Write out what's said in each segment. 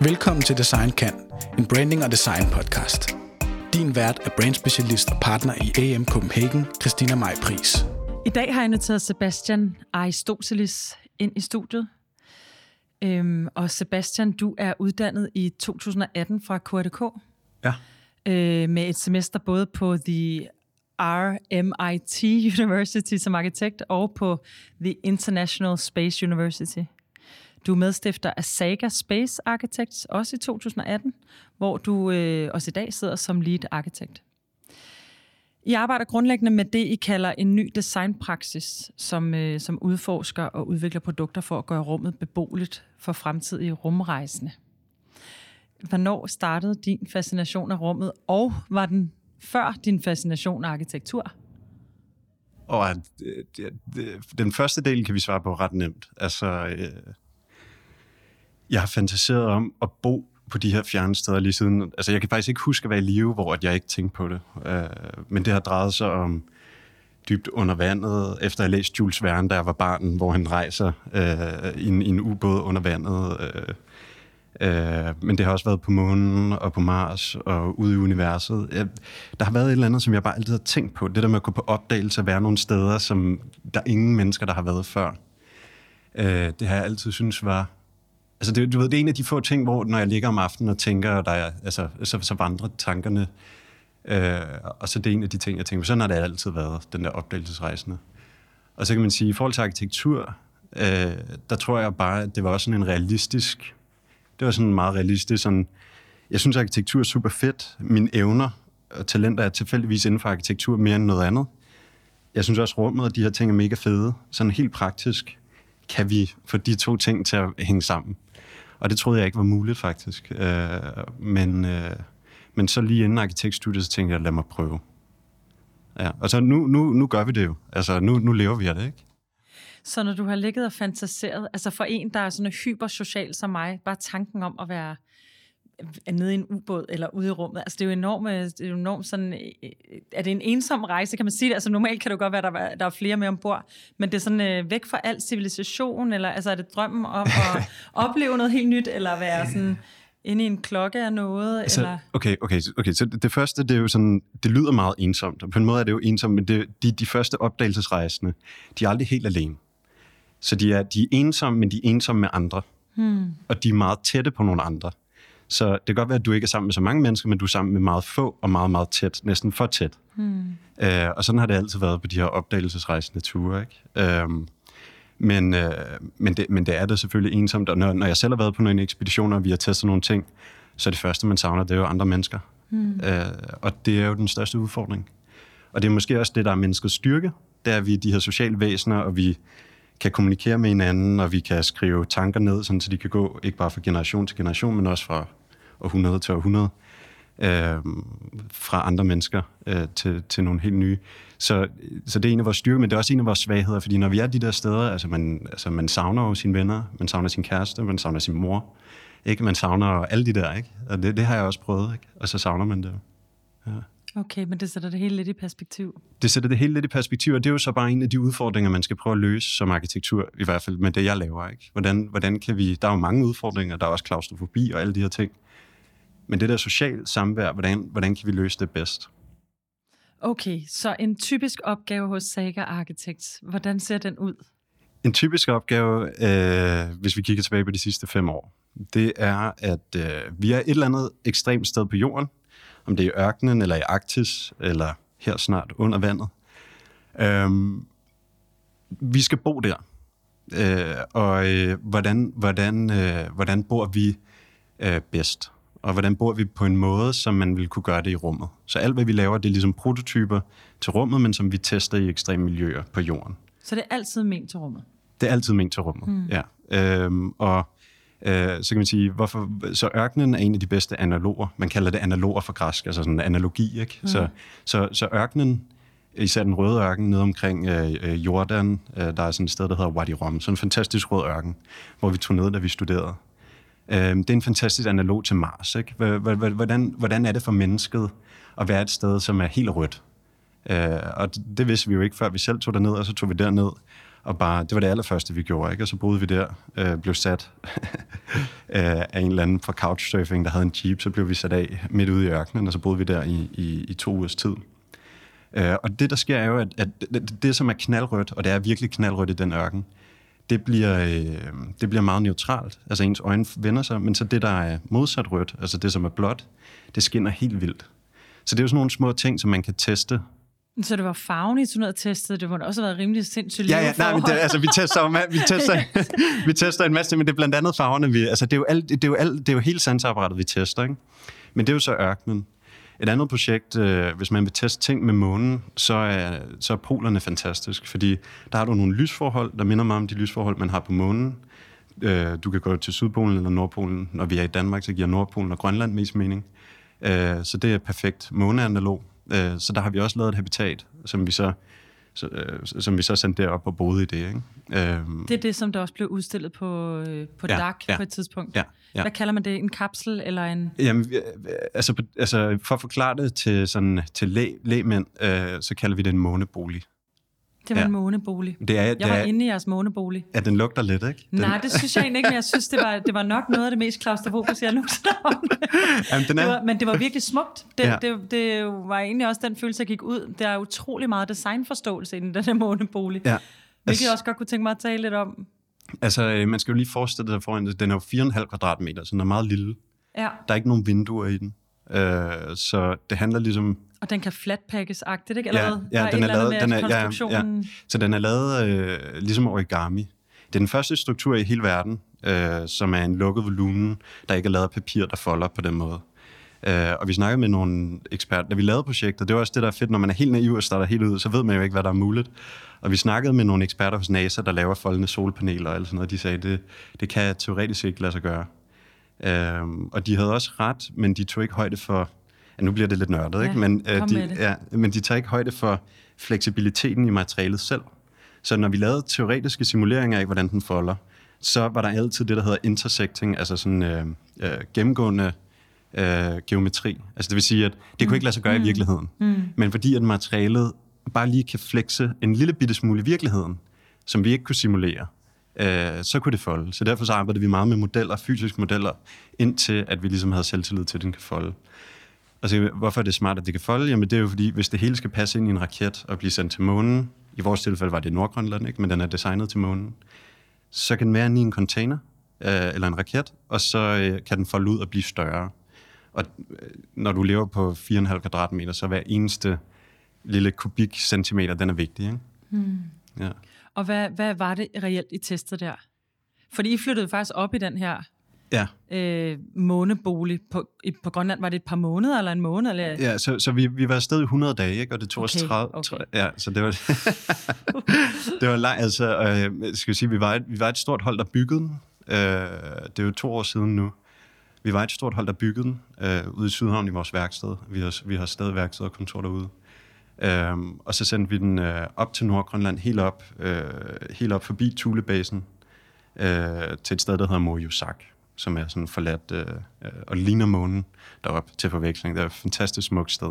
Velkommen til Design Kan, en branding og design podcast. Din vært er brandspecialist og partner i AM Copenhagen, Christina Maj Pris. I dag har jeg inviteret Sebastian Aristoteles ind i studiet. Og Sebastian, du er uddannet i 2018 fra KRDK. Ja. Med et semester både på The RMIT University som arkitekt og på The International Space University. Du er medstifter af Saga Space Architects, også i 2018, hvor du også i dag sidder som lead arkitekt. I arbejder grundlæggende med det, I kalder en ny designpraksis, som udforsker og udvikler produkter for at gøre rummet beboeligt for fremtidige rumrejsende. Hvornår startede din fascination af rummet, og var den før din fascination af arkitektur? Den første del kan vi svare på ret nemt. Jeg har fantaseret om at bo på de her fjerne steder lige siden. Altså, jeg kan faktisk ikke huske at være i live, hvor jeg ikke tænkte på det. Men det har drejet sig om dybt under vandet, efter jeg læste Jules Verne, da jeg var barn, hvor han rejser i en ubåd under vandet. Men det har også været på månen og på Mars og ude i universet. Der har været et eller andet, som jeg bare altid har tænkt på. Det der med at gå på opdagelse og være nogle steder, som der er ingen mennesker, der har været før. Det har jeg altid synes var... Altså, det er en af de få ting, hvor når jeg ligger om aftenen og tænker, så vandrer tankerne. Og så det er en af de ting, jeg tænker, sådan har det altid været, den der opdagelsesrejsende. Og så kan man sige, i forhold til arkitektur, der tror jeg bare, at det var også sådan en realistisk... Det var sådan meget realistisk. Sådan, jeg synes, at arkitektur er super fedt. Mine evner og talenter er tilfældigvis inden for arkitektur mere end noget andet. Jeg synes også, rummet og de her ting er mega fede. Sådan helt praktisk kan vi få de to ting til at hænge sammen. Og det troede jeg ikke var muligt, faktisk. Men så lige inden arkitektstudiet, så tænkte jeg, lad mig prøve. Ja. Og så nu gør vi det jo. Altså, nu lever vi af det, ikke? Så når du har ligget og fantaseret, altså for en, der er sådan hypersocial som mig, bare tanken om at være nede i en ubåd eller ude i rummet, altså det er jo enormt sådan, er det en ensom rejse, kan man sige det? Altså normalt kan det jo godt være, at der er flere med ombord, men det er sådan væk fra al civilisation, eller altså er det drømmen om at opleve noget helt nyt, eller være sådan inde i en klokke af noget? Altså, eller? Okay, så det første, det er jo sådan, det lyder meget ensomt, og på en måde er det jo ensomt, men de første opdagelsesrejsende, de er aldrig helt alene. Så de er ensomme, men de er ensomme med andre. Og de er meget tætte på nogle andre. Så det kan godt være, at du ikke er sammen med så mange mennesker, men du er sammen med meget få og meget, meget tæt. Næsten for tæt. Og sådan har det altid været på de her opdagelsesrejsende ture, ikke? Men det er det selvfølgelig ensomt. Og når jeg selv har været på nogle ekspeditioner, og vi har testet nogle ting, så det første, man savner, det er jo andre mennesker. Og det er jo den største udfordring. Og det er måske også det, der er menneskets styrke. Det er, at vi er de her sociale væsener, og vi kan kommunikere med hinanden, og vi kan skrive tanker ned, sådan, så de kan gå ikke bare fra generation til generation, men også fra århundrede til århundrede, fra andre mennesker til nogle helt nye. Så det er en af vores styrker, men det er også en af vores svagheder, fordi når vi er de der steder, man savner jo sine venner, man savner sin kæreste, man savner sin mor, ikke? Man savner alle de der, ikke? Og det har jeg også prøvet, ikke? Og så savner man det jo. Ja. Okay, men det sætter det hele lidt i perspektiv. Det sætter det hele lidt i perspektiv, og det er jo så bare en af de udfordringer, man skal prøve at løse som arkitektur, i hvert fald med det, jeg laver, ikke? Hvordan kan vi... Der er jo mange udfordringer, der er også klaustrofobi og alle de her ting. Men det der socialt samvær, hvordan kan vi løse det bedst? Okay, så en typisk opgave hos Saga Architects, hvordan ser den ud? En typisk opgave, hvis vi kigger tilbage på de sidste 5 år, det er, at vi er et eller andet ekstremt sted på jorden, om det er i ørkenen, eller i Arktis, eller her snart under vandet. Vi skal bo der. Hvordan bor vi bedst? Og hvordan bor vi på en måde, som man vil kunne gøre det i rummet? Så alt, hvad vi laver, det er ligesom prototyper til rummet, men som vi tester i ekstreme miljøer på jorden. Så det er altid ment til rummet? Det er altid ment til rummet, ja. Så kan man sige, så ørkenen er en af de bedste analoger. Man kalder det analoger for græsk, altså sådan en analogi, ikke? Så ørkenen, især den røde ørken nede omkring Jordan, der er sådan et sted, der hedder Wadi Rum, sådan en fantastisk rød ørken, hvor vi tog ned, da vi studerede. Det er en fantastisk analog til Mars, ikke? Hvordan er det for mennesket at være et sted, som er helt rødt? Og det vidste vi jo ikke, før vi selv tog derned, og så tog vi derned. Og bare, det var det allerførste, vi gjorde, ikke? Og så boede vi der, blev sat af en eller anden fra couchsurfing, der havde en jeep, så blev vi sat af midt ude i ørkenen, og så boede vi der i 2 ugers tid. Og det, der sker, er jo, at det, som er knaldrødt, og det er virkelig knaldrødt i den ørken, det bliver meget neutralt. Altså ens øjne vender sig, men så det, der er modsat rødt, altså det, som er blåt, det skinner helt vildt. Så det er jo sådan nogle små ting, som man kan teste. Så det var farven, I tog testet, det må da også have været rimelig sindssygt. Ja, nej, men vi tester en masse, men det er blandt andet farverne. Det er jo hele sanseapparatet, vi tester, ikke? Men det er jo så ørkenen. Et andet projekt, hvis man vil teste ting med månen, så er polerne fantastisk, fordi der har du nogle lysforhold, der minder mig om de lysforhold, man har på månen. Du kan gå til Sydpolen eller Nordpolen. Når vi er i Danmark, så giver Nordpolen og Grønland mest mening. Så det er perfekt måneanalog. Så der har vi også lavet et habitat, som vi så sendte derop og boede i det. Ikke? Det er det, som der også blev udstillet på DAC på et tidspunkt. Ja. Hvad kalder man det? En kapsel eller en... Jamen, altså for at forklare det til lægmænd, så kalder vi det en månebolig. Det var en månebolig. Jeg var inde i jeres månebolig. Ja, den lugter lidt, ikke? Nej, det synes jeg egentlig ikke, men jeg synes, det var nok noget af det mest klaustrofobiske, jeg nogensinde har. Men det var virkelig smukt. Det var egentlig også den følelse, jeg gik ud. Der er utrolig meget designforståelse i den der månebolig. Ja. Hvilket jeg også godt kunne tænke mig at tale lidt om. Altså, man skal jo lige forestille sig foran det. Den er jo 4,5 kvadratmeter, så den er meget lille. Ja. Der er ikke nogen vinduer i den. Så det handler ligesom... Og den kan flatpackes-agtigt, ikke? Eller den er lavet, så den er lavet ligesom origami. Det er den første struktur i hele verden, som er en lukket volumen, der ikke er lavet af papir, der folder på den måde. Og vi snakkede med nogle eksperter, da vi lavede projektet. Det var også det, der er fedt, når man er helt naiv og starter helt ud, så ved man jo ikke, hvad der er muligt. Og vi snakkede med nogle eksperter hos NASA, der laver foldende solpaneler og alt sådan noget. De sagde, det kan teoretisk ikke lade sig gøre. Og de havde også ret, men de tog ikke højde for... Ja, nu bliver det lidt nørdet, ikke? Men de tager ikke højde for fleksibiliteten i materialet selv. Så når vi lavede teoretiske simuleringer af, hvordan den folder, så var der altid det, der hedder intersecting, altså sådan gennemgående geometri. Altså det vil sige, at det kunne ikke lade sig gøre i virkeligheden. Men fordi at materialet bare lige kan flexe en lille bitte smule i virkeligheden, som vi ikke kunne simulere, så kunne det folde. Så derfor så arbejdede vi meget med modeller, fysiske modeller, indtil at vi ligesom havde selvtillid til, at den kan folde. Altså, hvorfor er det smart, at det kan folde? Jamen, det er jo fordi, hvis det hele skal passe ind i en raket og blive sendt til månen, i vores tilfælde var det Nordgrønland, ikke? Men den er designet til månen, så kan den være inde i en container eller en raket, og så kan den folde ud og blive større. Og når du lever på 4,5 kvadratmeter, så hver eneste lille kubikcentimeter, den er vigtig, ikke? Ja. Og hvad var det reelt, I testede der? Fordi I flyttede faktisk op i den her månebolig. På Grønland var det et par måneder, eller en måned? Eller? Ja, så vi var afsted i 100 dage, ikke? Og det tog os 30... Ja, så det var... det var langt, altså... skal jeg sige, vi var et stort hold, der byggede den. Det er jo 2 år siden nu. Vi var et stort hold, der byggede den ude i Sydhavn i vores værksted. Vi har stadig værksted og kontor derude. Og så sendte vi den op til Nordgrønland, helt op forbi Thulebasen, til et sted, der hedder Moriusak, som er sådan forladt og ligner månen deroppe til forveksling. Det er et fantastisk smukt sted.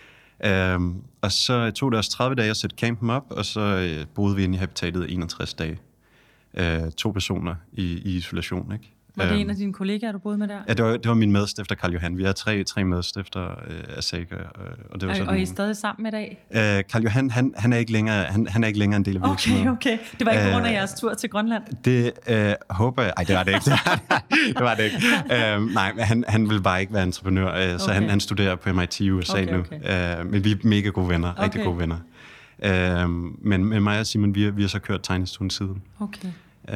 Og så tog det os 30 dage at sætte campen op, og så boede vi inde i habitatet 61 dage. 2 personer i isolation, ikke? Var det en af dine kollegaer, du boede med der? Ja, det var min medstifter, Karl Johan. Vi er tre medstifter af SAGA. Og det var sådan, og I er stadig sammen i dag? Karl Johan, han er ikke længere en del af virksomheden. Okay. Det var ikke på grund af jeres tur til Grønland? Det håber jeg... Ej, det var det ikke. Det var det ikke. Nej, han vil bare ikke være entreprenør, så han studerer på MIT i USA nu. Men vi er mega gode venner, rigtig gode venner. Men med mig og Simon, vi har så kørt tegnestuen siden. Okay.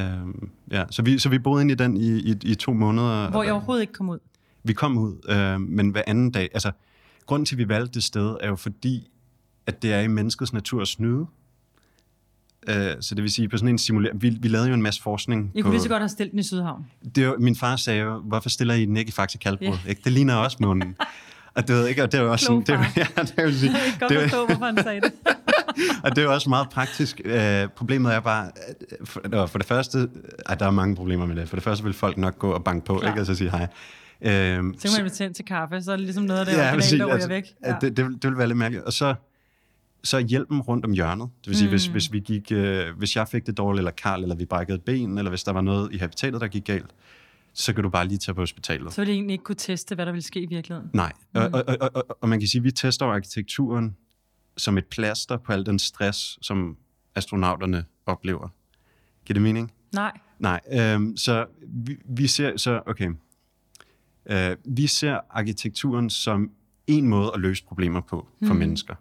Så vi boede ind i den i 2 måneder. Hvor jeg overhovedet ikke kom ud? Vi kom ud, men hver anden dag... Altså, grunden til, at vi valgte det sted, er jo fordi, at det er i menneskets natur at snyde. Så det vil sige, på sådan en simulering... Vi lavede jo en masse forskning. I kunne lige så godt have stillet den i Sydhavn. Min far sagde jo, hvorfor stiller I den ikke i Faxe Kalkbrud? Yeah. Det ligner også månen. Og det ved ikke, og det var også sådan... Det er godt forstå, hvorfor han sagde det. Og det er jo også meget praktisk. Problemet er bare, for det første, der er mange problemer med det. For det første vil folk nok gå og banke på, ikke? Og så sige hej. Så kan man invitere til kaffe, så er det ligesom noget af det, der ryger væk. Ja. Det vil være lidt mærkeligt. Og så så er hjælpen rundt om hjørnet. Det vil sige, hvis jeg fik det dårligt, eller Karl, eller vi brækkede et ben, eller hvis der var noget i habitatet, der gik galt, så kan du bare lige tage på hospitalet. Så ville I egentlig ikke kunne teste, hvad der ville ske i virkeligheden? Nej, og man kan sige, at vi tester arkitekturen som et plaster på al den stress, som astronauterne oplever. Giver det mening? Nej. Så vi ser arkitekturen som en måde at løse problemer på for mennesker.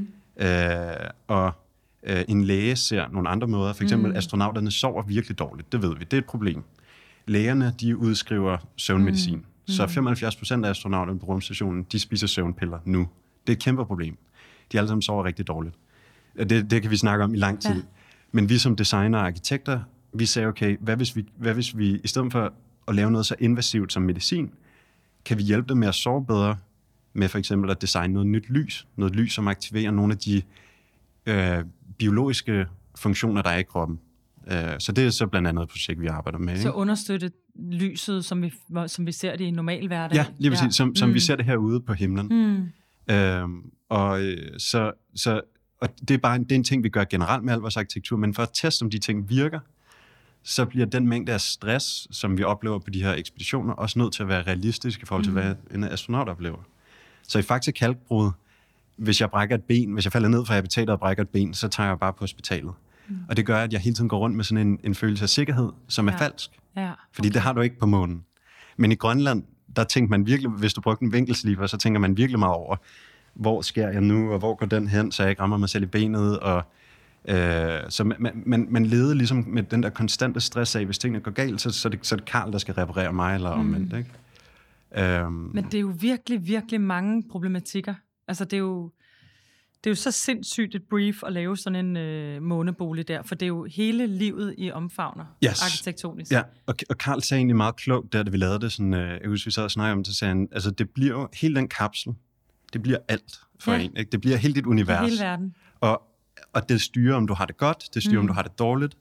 En læge ser nogle andre måder. For eksempel, astronauterne sover virkelig dårligt. Det ved vi. Det er et problem. Lægerne, de udskriver søvnmedicin. Så 75% af astronauterne på rumstationen, de spiser søvnpiller nu. Det er et kæmpe problem. De alle sammen sover rigtig dårligt. Det kan vi snakke om i lang tid. Ja. Men vi som designer og arkitekter, vi sagde, okay, hvad hvis vi i stedet for at lave noget så invasivt som medicin, kan vi hjælpe dem med at sove bedre, med for eksempel at designe noget nyt lys. Noget lys, som aktiverer nogle af de biologiske funktioner, der er i kroppen. Så det er så blandt andet et projekt, vi arbejder med. Så understøtte lyset, som vi ser det i normal hverdag? Ja, lige præcis. Som vi ser det herude på himlen. Og det er en ting, vi gør generelt med al vores arkitektur, men for at teste, om de ting virker, så bliver den mængde af stress, som vi oplever på de her ekspeditioner, også nødt til at være realistisk i forhold til, hvad en astronaut oplever. Så i Faxe Kalkbrud, hvis jeg brækker et ben, hvis jeg falder ned fra habitatet og brækker et ben, så tager jeg bare på hospitalet. Og det gør, at jeg hele tiden går rundt med sådan en følelse af sikkerhed, som er falsk. Ja. Fordi det har du ikke på månen. Men i Grønland, der tænker man virkelig, hvis du brugte en vinkelsliber, så tænker man virkelig meget over, hvor sker jeg nu, og hvor går den hen, så jeg ikke rammer mig selv i benet. Og, så man leder ligesom med den der konstante stress af, hvis tingene går galt, så er det Karl, der skal reparere mig, eller omvendt. Ikke? Men det er jo virkelig, virkelig mange problematikker. Altså det er jo så sindssygt et brief at lave sådan en månebolig der, for det er jo hele livet i omfavner, arkitektonisk. Ja, og Karl sagde egentlig meget klogt, da vi lavede det, sådan, jeg husker, vi sad og snakkede om det, så sagde han, altså det bliver jo, hele den kapsel, det bliver alt for en, ikke? Det bliver hele dit univers. Hele verden. Og det styrer, om du har det godt, det styrer, om du har det dårligt.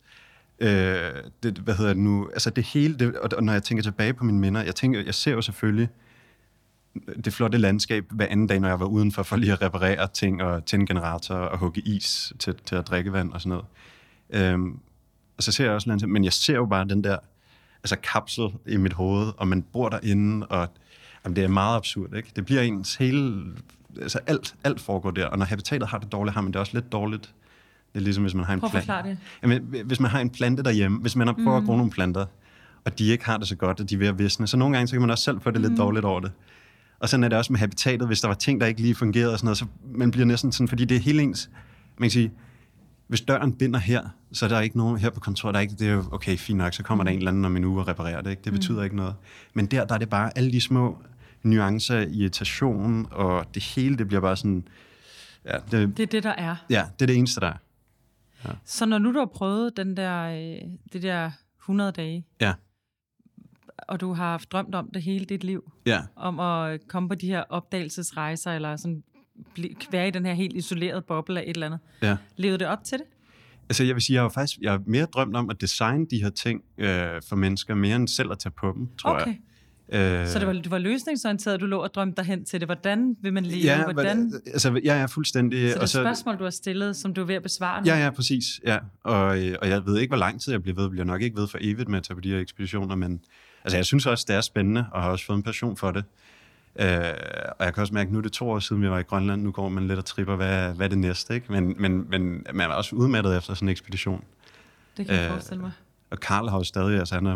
Altså det hele, og når jeg tænker tilbage på mine minder, jeg ser jo selvfølgelig det flotte landskab hver anden dag, når jeg var udenfor for lige at reparere ting og tænde generatorer og hugge is til at drikke vand og sådan noget. Og så ser jeg også landskab, men jeg ser jo bare den der kapsel i mit hoved, og man bor derinde, og det er meget absurd, ikke? Det bliver ens hele... Altså alt foregår der, og når habitatet har det dårligt, har man det også lidt dårligt. Det er ligesom, hvis man har en plante. Jamen, hvis man har en plante derhjemme, hvis man har prøvet at gro nogle planter, og de ikke har det så godt, og de er ved at visne, så nogle gange så kan man også selv få det lidt dårligt over det. Og sådan er det også med habitatet, hvis der var ting, der ikke lige fungerede og sådan noget, så man bliver næsten sådan, fordi det er helt ens. Man kan sige, hvis døren binder her, så er der ikke nogen her på kontoret, der er ikke, det er jo okay, fint nok, så kommer der en eller anden om en uge og reparerer det, ikke? Det betyder ikke noget. Men der er det bare alle de små nuancer, irritation, og det hele, det bliver bare sådan... Ja, det er det, der er. Ja, det er det eneste, der er. Ja. Så når nu du har prøvet det der 100 dage, og du har drømt om det hele dit liv, om at komme på de her opdagelsesrejser, eller sådan være i den her helt isolerede boble af et eller andet, levede det op til det? Altså jeg vil sige, jeg har mere drømt om at designe de her ting for mennesker, mere end selv at tage på dem, tror jeg. Så det var løsningsorienteret, du lå og drømte dig hen til det. Hvordan vil man leve? Jeg er fuldstændig... Så det er et spørgsmål, du har stillet, som du er ved at besvare nu? Ja, præcis. Ja. Og jeg ved ikke, hvor lang tid jeg bliver nok ikke ved for evigt med at tage på de her ekspeditioner, men altså, jeg synes også, det er spændende, og har også fået en passion for det. Og jeg kan også mærke, at nu er det 2 år siden, vi var i Grønland. Nu går man lidt og tripper, hvad er det næste, ikke? Men man er også udmattet efter sådan en ekspedition. Det kan jeg forestille mig. Og Karl har jo stadig... Altså, han er...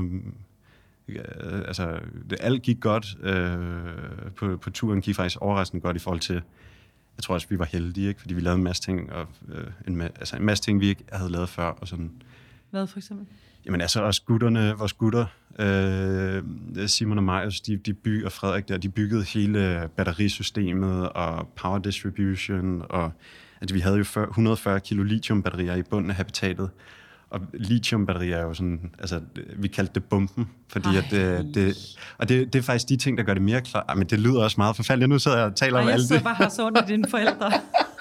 alt gik godt på turen, gik faktisk overraskende godt i forhold til, jeg tror også, vi var heldige, ikke? Fordi vi lavede en masse ting, og en masse ting, vi ikke havde lavet før. Og sådan. Hvad for eksempel? Jamen altså også vores gutter, Simon og Marius, de bygger, Frederik der, de byggede hele batterisystemet og power distribution, og altså, vi havde jo 140 kilo lithiumbatterier i bunden af habitatet. Og lithiumbatterier er jo sådan, altså vi kaldte det bomben, fordi det er faktisk de ting, der gør det mere klart. Men det lyder også meget forfærdeligt. Nu sidder jeg og taler om alt det. Jeg sidder bare her så under dine forældre.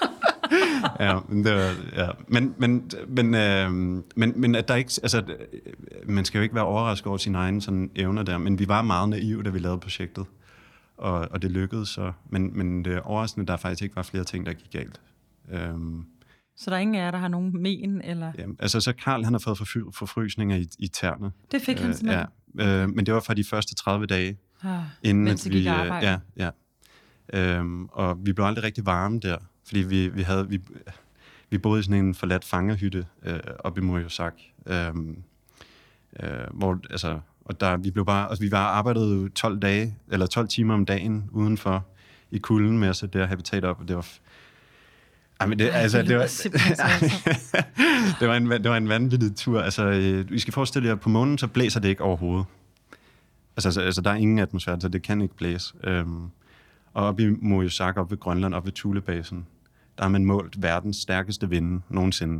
Men at der ikke, altså man skal jo ikke være overrasket over sine egne sådan evner der, men vi var meget naive, da vi lavede projektet, og det lykkedes så. Men det overraskende, der faktisk ikke var flere ting, der gik galt. Så der er ingen af jer, der har nogen men? Eller? Ja, altså, så Karl, han har fået forfrysninger i tæerne. Det fik han simpelthen? Ja, men det var fra de første 30 dage. Inden at vi arbejde. Og vi blev aldrig rigtig varme der, fordi vi boede i sådan en forladt fangerhytte oppe i Moriosaq, hvor altså, og der vi arbejdede 12 timer om dagen udenfor i kulden med at sætte det her habitat op, og det var det var en vanvittig tur. Altså, vi skal forestille jer, på månen så blæser det ikke overhovedet. Altså der er ingen atmosfære, så det kan ikke blæse. Og oppe i Moriosaq, oppe ved Grønland, oppe ved Thulebasen, der har man målt verdens stærkeste vinde nogensinde.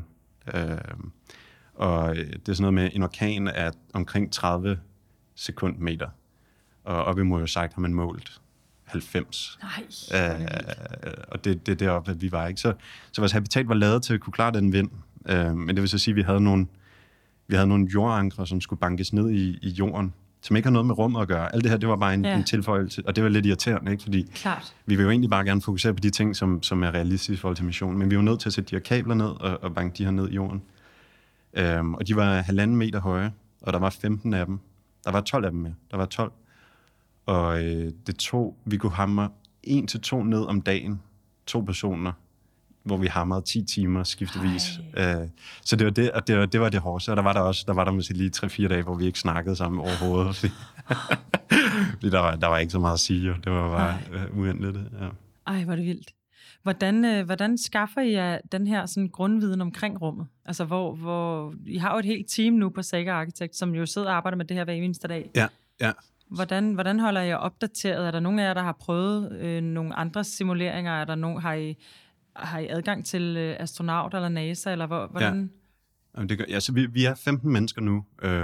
Og det er sådan noget med, en orkan er omkring 30 sekundmeter. Og oppe i Moriosaq har man målt 90. Nej. Og det er deroppe, at vi var, ikke? Så vores habitat var lavet til at kunne klare den vind. Men det vil så sige, at vi havde nogle jordankre, som skulle bankes ned i jorden, som ikke har noget med rummet at gøre. Alt det her, det var bare en tilføjelse, og det var lidt irriterende, ikke? Fordi vi vil jo egentlig bare gerne fokusere på de ting, som er realistiske i forhold til missionen, men vi var nødt til at sætte de her kabler ned og banke de her ned i jorden. Og de var 1,5 meter høje, og der var 15 af dem. Der var 12 af dem mere. Der var 12. Og vi kunne hamre 1 til 2 ned om dagen, 2 personer, hvor vi hamrede 10 timer skiftevis. Så det var det, og det var det hårdeste. Og der var der måske lige 3-4 dage, hvor vi ikke snakkede sammen overhovedet. Fordi der var ikke så meget at sige, og det var bare uendeligt. Ja. Ej, hvor er det vildt. Hvordan skaffer I jer den her sådan grundviden omkring rummet? Altså, hvor I har jo et helt team nu på Saga Architect, som jo sidder og arbejder med det her hver eneste dag. Ja. Hvordan holder I jer opdateret? Er der nogen af jer, der har prøvet nogle andre simuleringer? Er der nogen, har I adgang til astronauter eller NASA? Eller hvordan? Ja. Så vi er 15 mennesker nu,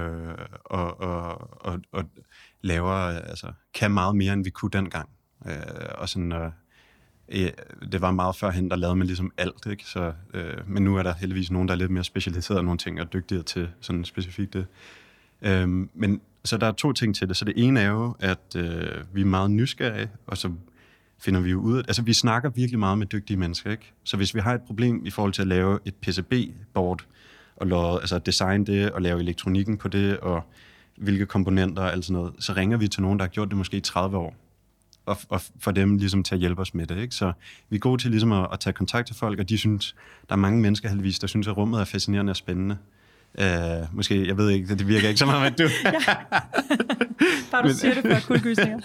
og laver, altså, kan meget mere, end vi kunne dengang. Og sådan, det var meget førhen, der lavede man ligesom alt, ikke? Så, men nu er der heldigvis nogen, der er lidt mere specialiseret i nogle ting, og dygtigere til sådan specifikt det. Men så der er 2 ting til det. Så det ene er jo, at vi er meget nysgerrige, og så finder vi jo ud af... Altså, vi snakker virkelig meget med dygtige mennesker, ikke? Så hvis vi har et problem i forhold til at lave et PCB-board, og designe det, og lave elektronikken på det, og hvilke komponenter og alt sådan noget, så ringer vi til nogen, der har gjort det måske i 30 år, og for dem ligesom til at hjælpe os med det, ikke? Så vi er gode til ligesom at tage kontakt til folk, og de synes... Der er mange mennesker heldigvis, der synes, at rummet er fascinerende og spændende. Måske, jeg ved ikke, det virker ikke så meget, at du... Bare du siger det for kuldegysninger.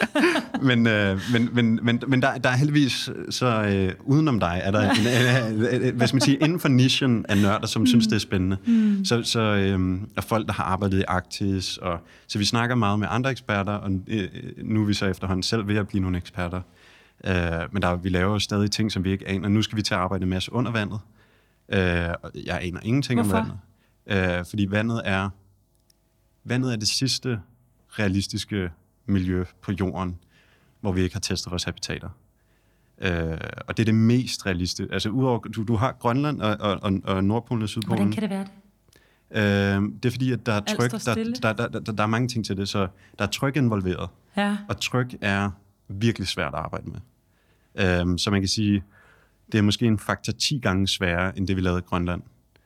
men der er heldigvis, så udenom dig, er der hvad skal man sige, inden for nichen af nørder, som synes, det er spændende. Så er folk, der har arbejdet i Arktis, og så vi snakker meget med andre eksperter, og nu er vi så efterhånden selv ved at blive nogle eksperter. Men vi laver jo stadig ting, som vi ikke aner. Nu skal vi til at arbejde en masse under vandet. Jeg aner ingenting om vandet. Fordi vandet er det sidste realistiske miljø på jorden, hvor vi ikke har testet vores habitater. Og det er det mest realistiske. Altså udover, du har Grønland og Nordpolen og Sydpolen. Hvordan kan det være det? Det er fordi, at der er tryk. Der er mange ting til det, så der er tryk involveret. Ja. Og tryk er virkelig svært at arbejde med. Så man kan sige, det er måske en faktor 10 gange sværere, end det vi lavede i Grønland.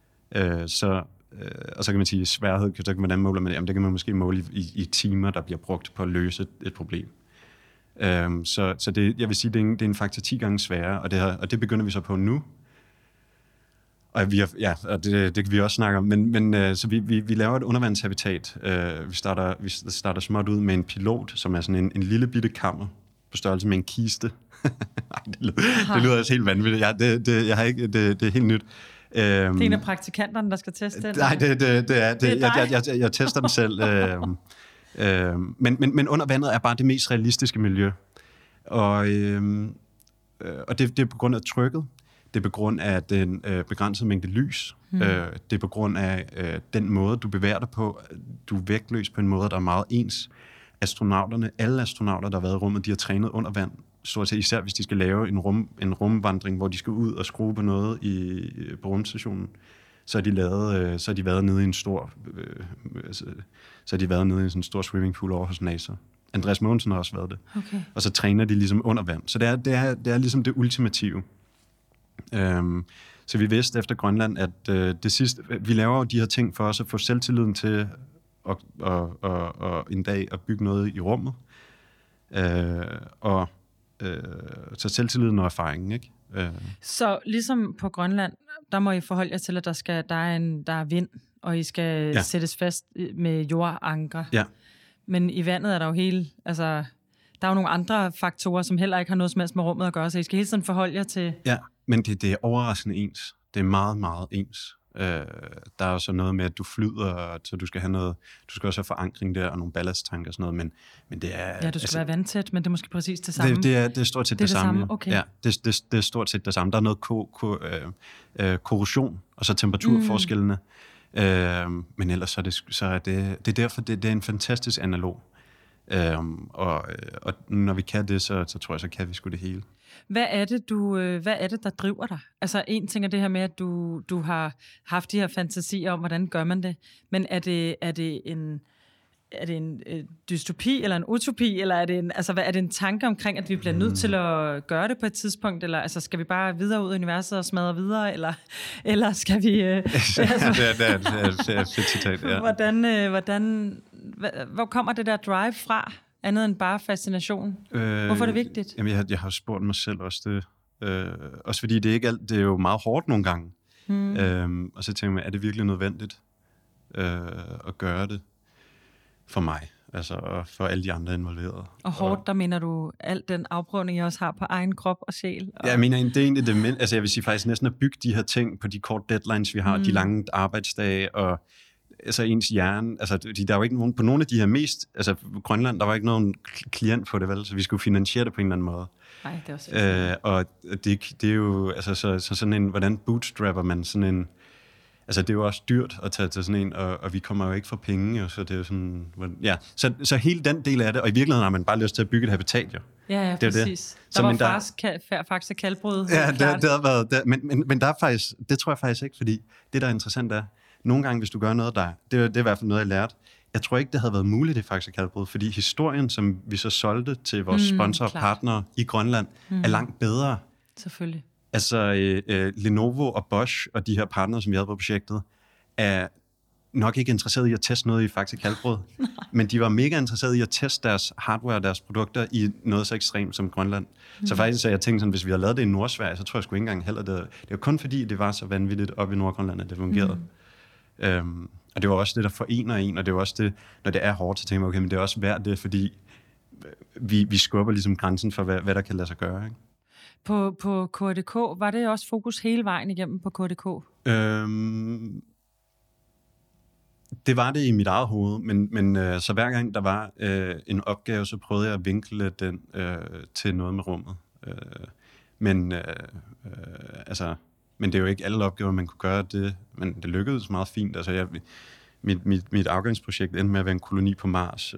Og så kan man sige, sværhed, så kan man måle med det. Jamen, det kan man måske måle i timer, der bliver brugt på at løse et problem. Så det, jeg vil sige, det er en faktor 10 gange sværere, og det begynder vi så på nu. Og det kan vi også snakke om. Men så vi laver et undervandshabitat. Vi starter småt ud med en pilot, som er sådan en lille bitte kammer på størrelse med en kiste. Det lyder altså helt vanvittigt. Det er helt nyt. Det er en af praktikanterne, der skal teste det? Nej, jeg tester den selv. Men under vandet er bare det mest realistiske miljø. Og det er på grund af trykket. Det er på grund af den begrænsede mængde lys. Det er på grund af den måde, du bevæger dig på. Du er vægtløs på en måde, der er meget ens. Alle astronauter, der har været i rummet, de har trænet under vand. Stort set, især hvis de skal lave en rumvandring, hvor de skal ud og skrue på noget på rumstationen, så har de været nede i en stor stor swimmingpool over hos NASA. Andreas Mogensen har også været det. Okay. Og så træner de ligesom under vand. Så det er ligesom det ultimative. Så vi vidste efter Grønland, at det sidste, vi laver jo de her ting for os at få selvtilliden til og en dag at bygge noget i rummet. Så selvtilliden og erfaringen, ikke? Så ligesom på Grønland, der må I forholde jer til, at der er vind, og I skal sættes fast med jordanker. Ja. Men i vandet er der jo der er jo nogle andre faktorer, som heller ikke har noget som helst med rummet at gøre, så I skal hele tiden forholde jer til... Ja, men det er overraskende ens. Det er meget, meget ens. Der er jo så noget med, at du flyder, så du skal have noget, du skal også have forankring der, og nogle ballasttanker og sådan noget, men det er... Ja, du skal være vandtæt, men det er måske præcis det samme. Det er stort set det samme. Okay. Ja, det er stort set det samme. Der er noget korrosion, og så temperaturforskellene. Men ellers så er det derfor, det er en fantastisk analog. Og når vi kan det, så tror jeg, så kan vi sgu det hele. Hvad er det, der driver dig? Altså, en ting er det her med, at du har haft de her fantasier om, hvordan gør man det, men er det en dystopi eller en utopi, eller er det en tanke omkring, at vi bliver nødt til at gøre det på et tidspunkt, eller skal vi bare videre ud i universet og smadre videre, eller skal vi... det er et fedt citat, ja. Hvor kommer det der drive fra, andet end bare fascination? Hvorfor er det vigtigt? Jamen, jeg har spurgt mig selv også det. Også fordi det er ikke alt, det er jo meget hårdt nogle gange. Og så tænker jeg, er det virkelig nødvendigt at gøre det for mig? Altså, og for alle de andre involverede. Og hårdt, der mener du al den afprøvning, jeg også har på egen krop og sjæl? Ja, jeg mener, det er egentlig det, altså jeg vil sige faktisk næsten at bygge de her ting på de korte deadlines, vi har, de lange arbejdsdage, og altså ens hjerne, altså der er jo ikke nogen, på nogle af de her altså Grønland, der var ikke nogen klient på det, vel, så vi skulle finansiere det på en eller anden måde. Nej, det er også og det er jo, altså så sådan en, hvordan bootstrapper man sådan en, altså det er jo også dyrt at tage til sådan en, og vi kommer jo ikke for penge, og så det er jo sådan, ja, så hele den del af det, og i virkeligheden har man bare lyst til at bygge et habitat, jo. Ja, det er præcis. Det. Der var faktisk kalbrud. Ja, det har været, men der er faktisk, det tror jeg faktisk ikke, fordi det, der er interessant er, nogle gange, hvis du gør noget, det er i hvert fald noget, jeg lærte. Jeg tror ikke, det havde været muligt i Faxe Kalkbrud, fordi historien, som vi så solgte til vores sponsor og partnere i Grønland, er langt bedre. Selvfølgelig. Altså, Lenovo og Bosch og de her partnere, som vi havde på projektet, er nok ikke interesseret i at teste noget i Faxe Kalkbrud, men de var mega interesseret i at teste deres hardware og deres produkter i noget så ekstremt som Grønland. Så faktisk, så jeg tænkte sådan, hvis vi havde lavet det i Nordsverige, så tror jeg sgu ikke engang heller det. Det var kun fordi, det var så vanvittigt op i Nordgrønland, at det fungerede. Og det var også det, der forener en, og det var også det, når det er hårdt, så tænker man, okay, men det er også værd det, fordi vi skubber ligesom grænsen for, hvad der kan lade sig gøre, ikke? På KDK, var det også fokus hele vejen igennem på KDK? Det var det i mit eget hoved, men så hver gang der var en opgave, så prøvede jeg at vinkle den til noget med rummet. Men det er jo ikke alle opgaver, man kunne gøre det, men det lykkedes meget fint. Altså, mit afgangsprojekt endte med at være en koloni på Mars,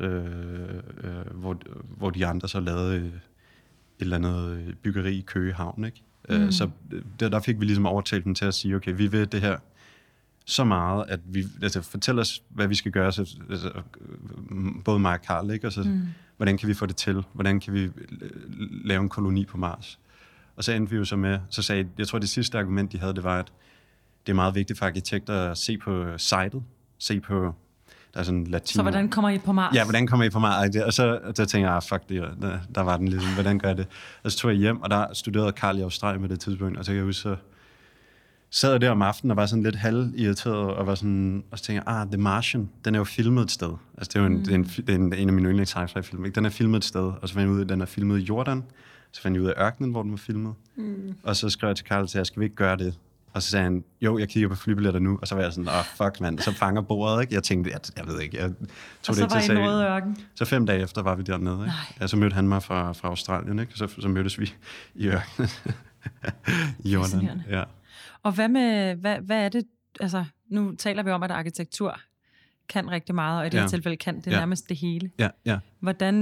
hvor de andre så lavede et eller andet byggeri i Køge Havn, ikke? Så der fik vi ligesom overtalt dem til at sige, okay, vi vil det her så meget, at vi fortæl os, hvad vi skal gøre, både mig og Carl, ikke? Og så, hvordan kan vi få det til? Hvordan kan vi lave en koloni på Mars? Og så endte vi jo så med, så sagde jeg tror det sidste argument, de havde, det var, at det er meget vigtigt for arkitekter at se på sitet, se på, der er sådan latin. Så hvordan kommer I på Mars? Ja, hvordan kommer I på Mars? Og så tænkte jeg, fuck det, der var den ligesom, hvordan gør jeg det? Og så tog jeg hjem, og der studerede Carl i Australien med det tidspunkt, og så kan jeg huske, så sad jeg der om aftenen og var sådan lidt halvirriteret, og var sådan, og så tænkte jeg, The Martian, den er jo filmet et sted. Altså det er jo en af mine yndlings sci-fi film, ikke? Den er filmet et sted, og så fandt jeg ud af, at den er filmet i Jordan. Så fandt jeg ud af ørkenen, hvor den var filmet. Og så skrev jeg til Carl, at skal vi ikke gøre det? Og så sagde han, jo, jeg kigger på flybilletter nu. Og så var jeg sådan, fuck mand, så fanger bordet, ikke? Jeg tænkte, jeg ved ikke, jeg tog og det ikke til sig. Og så var I nået ørken? Så 5 dage efter var vi dernede, ikke? Ja, så mødte han mig fra Australien, ikke? Så mødtes vi i ørkenen. I Jordan. Ja. Og hvad er det, altså, nu taler vi om, at arkitektur kan rigtig meget, og i det her tilfælde kan det nærmest det hele. Ja. Hvordan,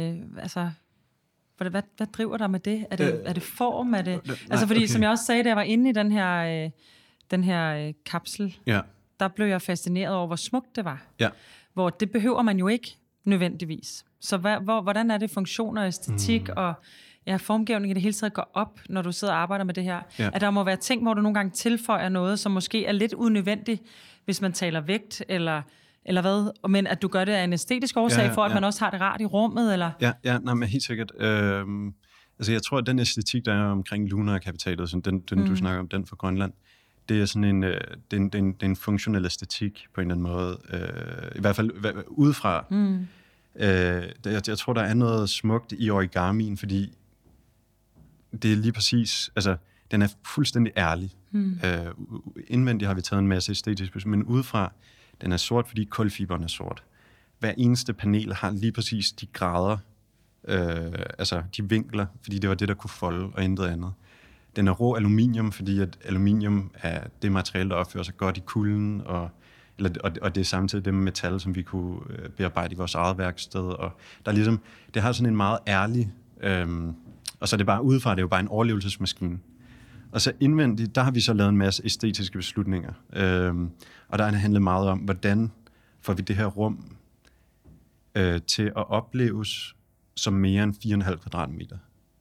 hvad driver dig med det? Er det form? Er det, altså, fordi som jeg også sagde, da jeg var inde i den her kapsel, der blev jeg fascineret over, hvor smukt det var. Ja. Hvor det behøver man jo ikke nødvendigvis. Så hvordan er det funktion og æstetik og formgivning i det hele taget går op, når du sidder og arbejder med det her. Ja. At der må være ting, hvor du nogle gange tilføjer noget, som måske er lidt unødvendigt, hvis man taler vægt, eller hvad, men at du gør det af en æstetisk årsag, for at man også har det rart i rummet, eller? Nej, men helt sikkert. Altså, jeg tror, at den æstetik, der er omkring Lunar-kapitalet, den du snakker om, den for Grønland, det er sådan en funktionel æstetik på en eller anden måde. I hvert fald udefra. Jeg tror, der er noget smukt i origamien, fordi det er lige præcis, altså, den er fuldstændig ærlig. Indvendigt har vi taget en masse æstetisk, men udefra, den er sort, fordi kulfiberen er sort. Hver eneste panel har lige præcis de grader, altså de vinkler, fordi det var det, der kunne folde, og intet andet. Den er rå aluminium, fordi at aluminium er det materiale, der opfører sig godt i kulden, og det er samtidig det med metal, som vi kunne bearbejde i vores eget værksted. Og der er ligesom, det har sådan en meget ærlig, og så er det bare udefra, det er jo bare en overlevelsesmaskine. Og så indvendigt, der har vi så lavet en masse æstetiske beslutninger. Og der har det handlet meget om, hvordan får vi det her rum til at opleves som mere end 4,5 kvadratmeter.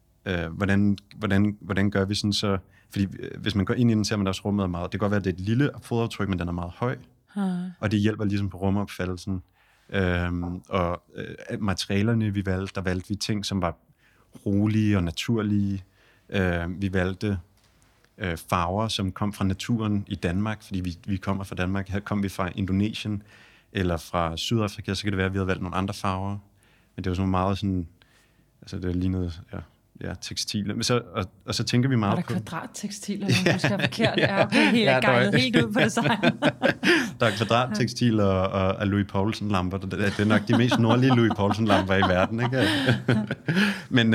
Hvordan gør vi sådan så... Fordi hvis man går ind i den, ser man også rummet er meget... Det kan godt være, at det er et lille fodaftryk, men den er meget høj. Og det hjælper ligesom på rumopfattelsen. Og materialerne, der valgte vi ting, som var rolige og naturlige. Vi valgte farver, som kom fra naturen i Danmark, fordi vi kommer fra Danmark. Her kom vi fra Indonesien eller fra Sydafrika, så kan det være, at vi havde valgt nogle andre farver. Men det var sådan meget sådan... Altså, det lignede... Ja, tekstiler. Men og så tænker vi meget på... Er der kvadrattekstiler, når du skal forkert? Ja, okay, helt ud på design. Der er kvadrattekstiler og Louis Poulsen-lamper. Det er nok de mest nordlige Louis Poulsen-lamper i verden, ikke? Men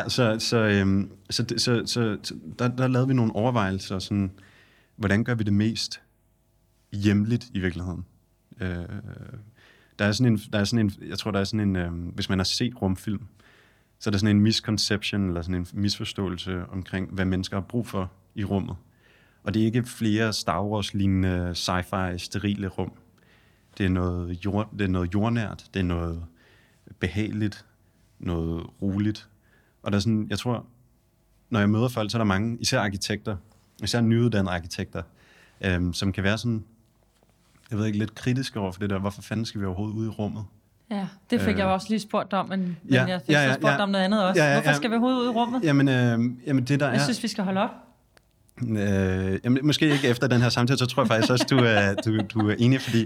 der lavede vi nogle overvejelser, sådan, hvordan gør vi det mest hjemligt i virkeligheden? Der er sådan en, jeg tror, der er sådan en, hvis man har set rumfilm, så er der sådan en misconception, eller sådan en misforståelse omkring, hvad mennesker har brug for i rummet. Og det er ikke flere Star Wars-lignende sci-fi sterile rum. Det er noget jordnært, det er noget behageligt, noget roligt. Og der er sådan, jeg tror, når jeg møder folk, så er der mange, især arkitekter, især nyuddannede arkitekter, som kan være sådan, jeg ved ikke, lidt kritiske over for det der, hvorfor fanden skal vi overhovedet ud i rummet? Ja, det fik jeg også lige spurt om, men jeg fik så spurgt om noget andet også. Hvorfor skal vi overhovedet ud i rummet? Jamen det der er... Jeg synes, vi skal holde op. Måske ikke efter den her samtale, så tror jeg faktisk også, du er enig, fordi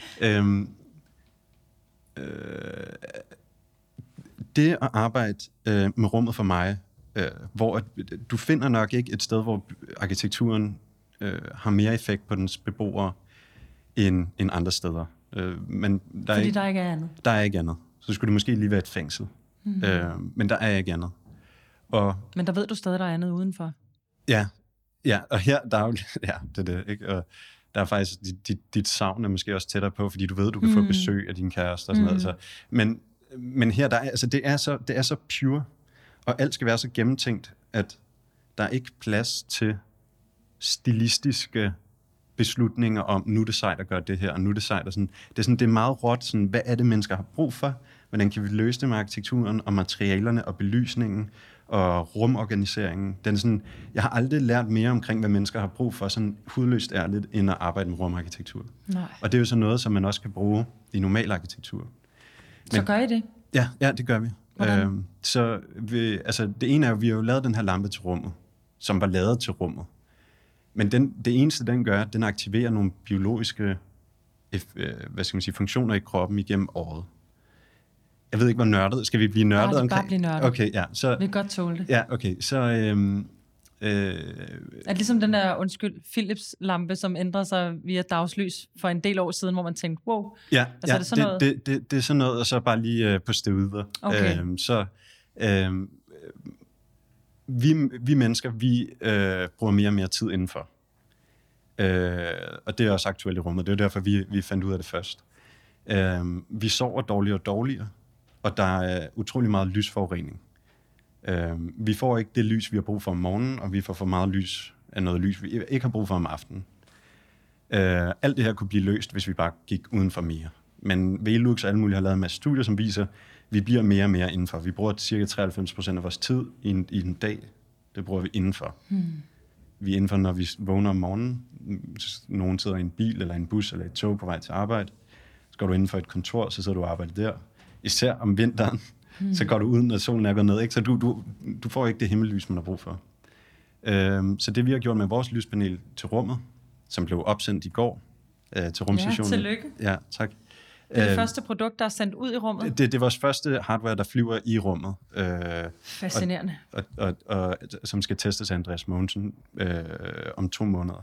det at arbejde med rummet for mig, hvor du finder nok ikke et sted, hvor arkitekturen har mere effekt på dens beboere end andre steder. Men der er ikke andet. Der er ikke andet. Så skulle det måske lige være et fængsel. Men der er ikke andet. Men der ved du stadig, der er andet udenfor. Ja, og her, der er jo... Ja, det er det, ikke? Og der er faktisk... Dit savn er måske også tættere på, fordi du ved, du kan få besøg af din kæreste og sådan noget. Så. Men her, det er så pure, og alt skal være så gennemtænkt, at der er ikke plads til stilistiske beslutninger om, nu er det sejt at gøre det her, og nu er det sejt og sådan. Det er meget råt, sådan, hvad er det, mennesker har brug for? Hvordan kan vi løse det med arkitekturen, og materialerne, og belysningen, og rumorganiseringen? Jeg har aldrig lært mere omkring, hvad mennesker har brug for, sådan hudløst ærligt, end at arbejde med rumarkitektur. Nej. Og det er jo så noget, som man også kan bruge i normal arkitektur. Så gør I det? Ja, det gør vi. Det ene er jo, vi har jo lavet den her lampe til rummet, som var lavet til rummet. Men det eneste, den gør, den aktiverer nogle biologiske funktioner i kroppen igennem året. Jeg ved ikke, hvor nørdet. Skal vi blive nørdet omkring? Bare blive nørdet. Okay, ja. Så, vi kan godt tåle det. Ja, okay. Så... er ligesom den der, Philips lampe, som ændrer sig via dagslys for en del år siden, hvor man tænkte, wow. Ja, er det sådan noget? Det er sådan noget, og så bare lige på steroider. Okay. Vi mennesker, vi bruger mere og mere tid indenfor. Og det er også aktuelt i rummet. Det er derfor, vi fandt ud af det først. Vi sover dårligere og dårligere, og der er utrolig meget lysforurening. Vi får ikke det lys, vi har brug for om morgenen, og vi får for meget lys af noget lys, vi ikke har brug for om aftenen. Alt det her kunne blive løst, hvis vi bare gik uden for mere. Men Velux og alle mulige har lavet en masse studier, som viser, at vi bliver mere og mere indenfor. Vi bruger cirka 93% af vores tid i en dag. Det bruger vi indenfor. Vi er indenfor, når vi vågner om morgenen. Nogen sidder i en bil, eller en bus, eller et tog på vej til arbejde. Så går du inden for et kontor, så sidder du og arbejder der. Især om vinteren, så går du ud, når solen er gået ned. Ikke? Så du får ikke det himmellys, man har brug for. Så det vi har gjort med vores lyspanel til rummet, som blev opsendt i går til rumstationen. Ja, tillykke. Ja, tak. Det er det første produkt, der er sendt ud i rummet? Det er vores første hardware, der flyver i rummet. Fascinerende. Og som skal testes af Andreas Mogensen om 2 måneder.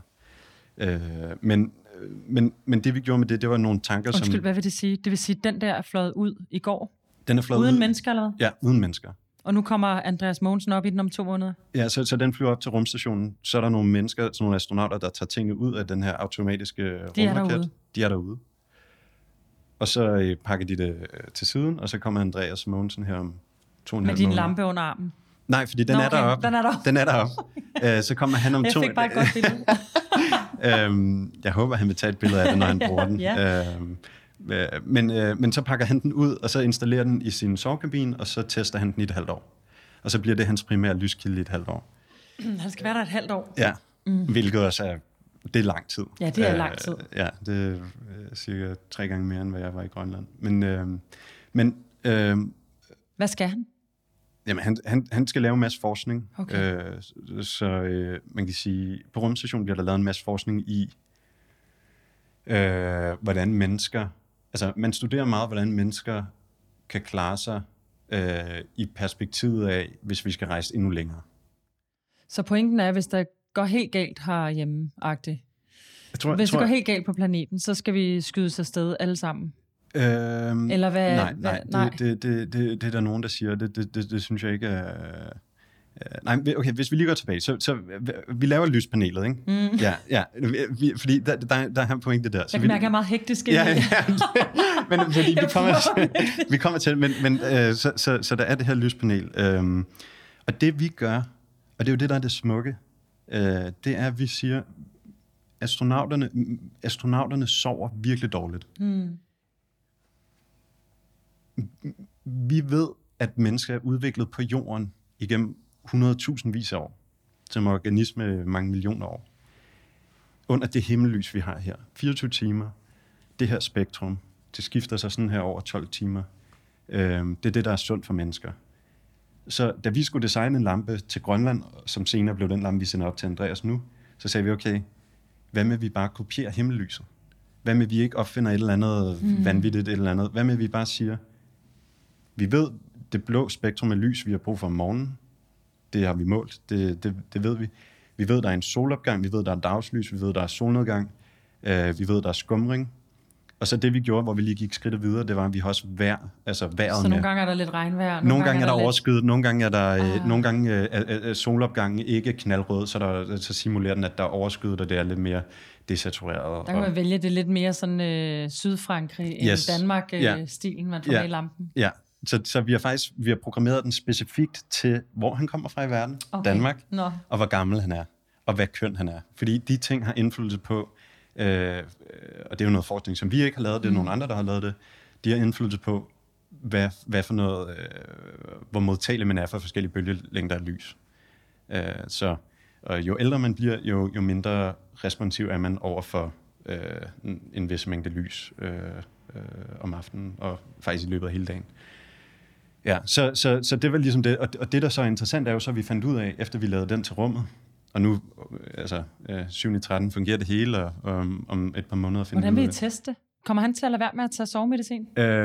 Men det vi gjorde med det var nogle tanker, som... Undskyld, hvad vil det sige? Det vil sige, at den der er fløjet ud i går? Den er fløjet uden ud. mennesker, eller hvad? Ja, uden mennesker. Og nu kommer Andreas Mogensen op i den om 2 måneder? Ja, så den flyver op til rumstationen. Så er der nogle mennesker, sådan nogle astronauter, der tager tingene ud af den her automatiske rumraket. De er derude. Og så pakker de det til siden, og så kommer Andreas Mogensen her om 2,5 måneder. Med din lampe under armen? Nej, fordi den er deroppe. Den er deroppe. Så kommer han om 2... Jeg fik bare et godt billede. Jeg håber, han vil tage et billede af det, når han bruger den. Ja. Men så pakker han den ud, og så installerer den i sin sovekabine, og så tester han den i et halvt år. Og så bliver det hans primære lyskilde i et halvt år. Han skal være der et halvt år? Ja, hvilket også er... Det er lang tid. Ja, det er lang tid. Ja, det er cirka 3 gange mere, end hvad jeg var i Grønland. Hvad skal han? Jamen, han skal lave en masse forskning. Okay. Man kan sige, på rumstationen bliver der lavet en masse forskning i, hvordan mennesker... Altså, man studerer meget, hvordan mennesker kan klare sig i perspektivet af, hvis vi skal rejse endnu længere. Så pointen er, hvis der går helt galt herhjemme-agtigt. Hvis det går helt galt på planeten, så skal vi skydes afsted alle sammen. Eller hvad? Nej. Det er der nogen, der siger. Det synes jeg ikke er... Nej, okay, hvis vi lige går tilbage, så vi laver lyspanelet, ikke? Ja, fordi der er en pointe der. Jeg kan mærke, at jeg er meget hektisk. Ja, men fordi vi kommer til men så der er det her lyspanel. Og det vi gør, og det er jo det, der er det smukke, det er, at vi siger, astronauterne sover virkelig dårligt. Vi ved, at mennesker er udviklet på jorden igennem 100.000 vis af år, som organisme mange millioner år. Under det himmellys, vi har her, 24 timer, det her spektrum, det skifter sig sådan her over 12 timer. Det er det, der er sundt for mennesker. Så da vi skulle designe en lampe til Grønland, som senere blev den lampe, vi sender op til Andreas nu, så sagde vi, okay, hvad med vi bare kopierer himmellyset? Hvad med vi ikke opfinder et eller andet vanvittigt, et eller andet? Hvad med vi bare siger, vi ved, det blå spektrum af lys, vi har brug for om morgenen, det har vi målt, det ved vi. Vi ved, der er en solopgang, vi ved, der er dagslys, vi ved, der er solnedgang, vi ved, der er skumring. Og så det, vi gjorde, hvor vi lige gik skridtet videre, det var, at vi har også vejret Så nogle gange er der lidt regnvejr. Nogle gange er der overskyet, nogle gange er der nogle gange er solopgangen ikke knaldrød, så simulerer den, at der er overskyet, og det er lidt mere desatureret. Der kan man vælge det lidt mere sådan Sydfrankrig end Danmark-stilen, man får med i lampen. Ja, så vi har programmeret den specifikt til, hvor han kommer fra i verden, Danmark, og hvor gammel han er, og hvad køn han er. Fordi de ting har indflydelse på, og det er jo noget forskning, som vi ikke har lavet, det er nogle andre, der har lavet det, de har indflydelse på, hvad for noget, hvor modtagelig man er for forskellige bølgelængder af lys. Så jo ældre man bliver, jo mindre responsiv er man over for en vis mængde lys om aftenen, og faktisk i løbet af hele dagen. Ja, så det var ligesom det, og det der så er interessant er jo så, at vi fandt ud af, efter vi lavede den til rummet, og nu, 7-13 fungerer det hele, og om et par måneder finder Hvordan vil I teste? Kommer han til at lade være med at tage sovemedicin?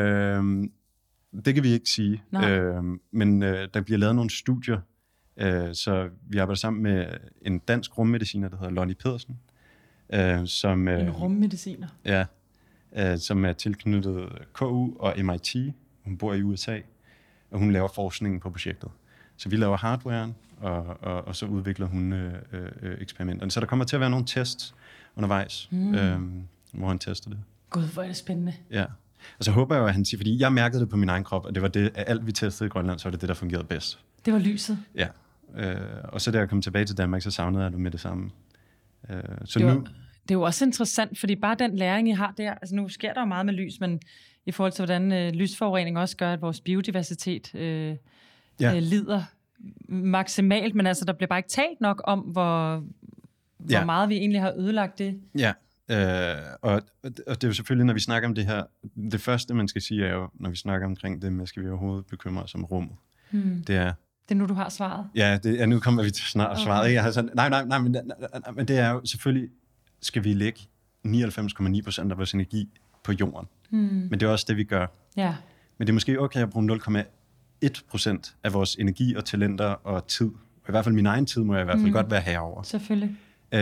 Det kan vi ikke sige. Men der bliver lavet nogle studier, så vi arbejder sammen med en dansk rummediciner, der hedder Lonnie Pedersen. Som, en rummediciner? Ja, som er tilknyttet KU og MIT. Hun bor i USA, og hun laver forskningen på projektet. Så vi laver hardwaren, og så udvikler hun eksperimenterne. Så der kommer til at være nogle tests undervejs, hvor han tester det. Gud, hvor er det spændende. Ja. Og så håber jeg, at han siger, fordi jeg mærkede det på min egen krop, og det var det, at alt vi testede i Grønland, så var det det, der fungerede bedst. Det var lyset? Ja. Og så da jeg kom tilbage til Danmark, så savnede jeg det med det samme. Det er jo også interessant, fordi bare den læring, I har der, altså nu sker der jo meget med lys, men i forhold til, hvordan lysforurening også gør, at vores biodiversitet lider maksimalt, men altså, der bliver bare ikke talt nok om, hvor meget vi egentlig har ødelagt det. Ja, og det er jo selvfølgelig, når vi snakker om det her, det første, man skal sige, er jo, når vi snakker omkring det med, skal vi overhovedet bekymre os om rummet. Det er nu, du har svaret. Ja, nu kommer vi til snart svaret. Ikke? Jeg har sådan, nej, men det er jo selvfølgelig, skal vi lægge 99,9% af vores energi på jorden. Men det er også det, vi gør. Ja. Men det er måske okay at bruge 0,1% af vores energi og talenter og tid. I hvert fald min egen tid må jeg i hvert fald godt være herover. Selvfølgelig.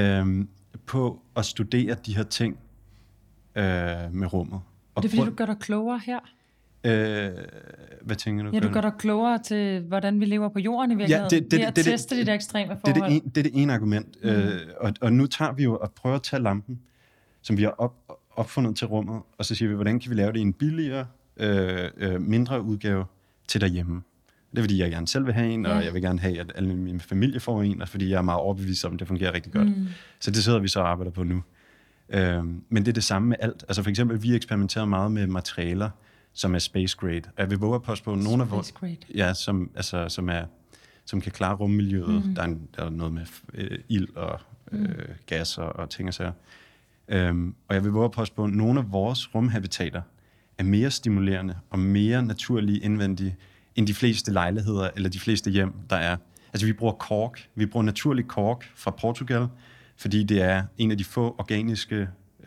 På at studere de her ting med rummet. Og det er fordi, du gør dig klogere her? Hvad tænker du? Ja, du gør dig klogere til, hvordan vi lever på jorden i virkeligheden. Ja, det teste de der ekstreme forhold. Det er det ene argument. Og nu tager vi jo og prøver at tage lampen, som vi har opfundet til rummet, og så siger vi, hvordan kan vi lave det i en billigere, mindre udgave til derhjemme. Det er fordi, jeg gerne selv vil have en, og jeg vil gerne have, at alle min familie får en, og fordi jeg er meget overbevist om, at det fungerer rigtig godt. Så det sidder vi så og arbejder på nu. Men det er det samme med alt. Altså for eksempel, vi eksperimenterer meget med materialer, som er space grade. Og jeg vil våge at påstå på nogle af vores... Ja, som kan klare rummiljøet. Der er noget med ild og gas og ting og sager. Og jeg vil våge at påstå på, at nogle af vores rumhabitater er mere stimulerende og mere naturlige indvendige end de fleste lejligheder eller de fleste hjem, der er. Altså vi bruger kork. Vi bruger naturlig kork fra Portugal, fordi det er en af de få organiske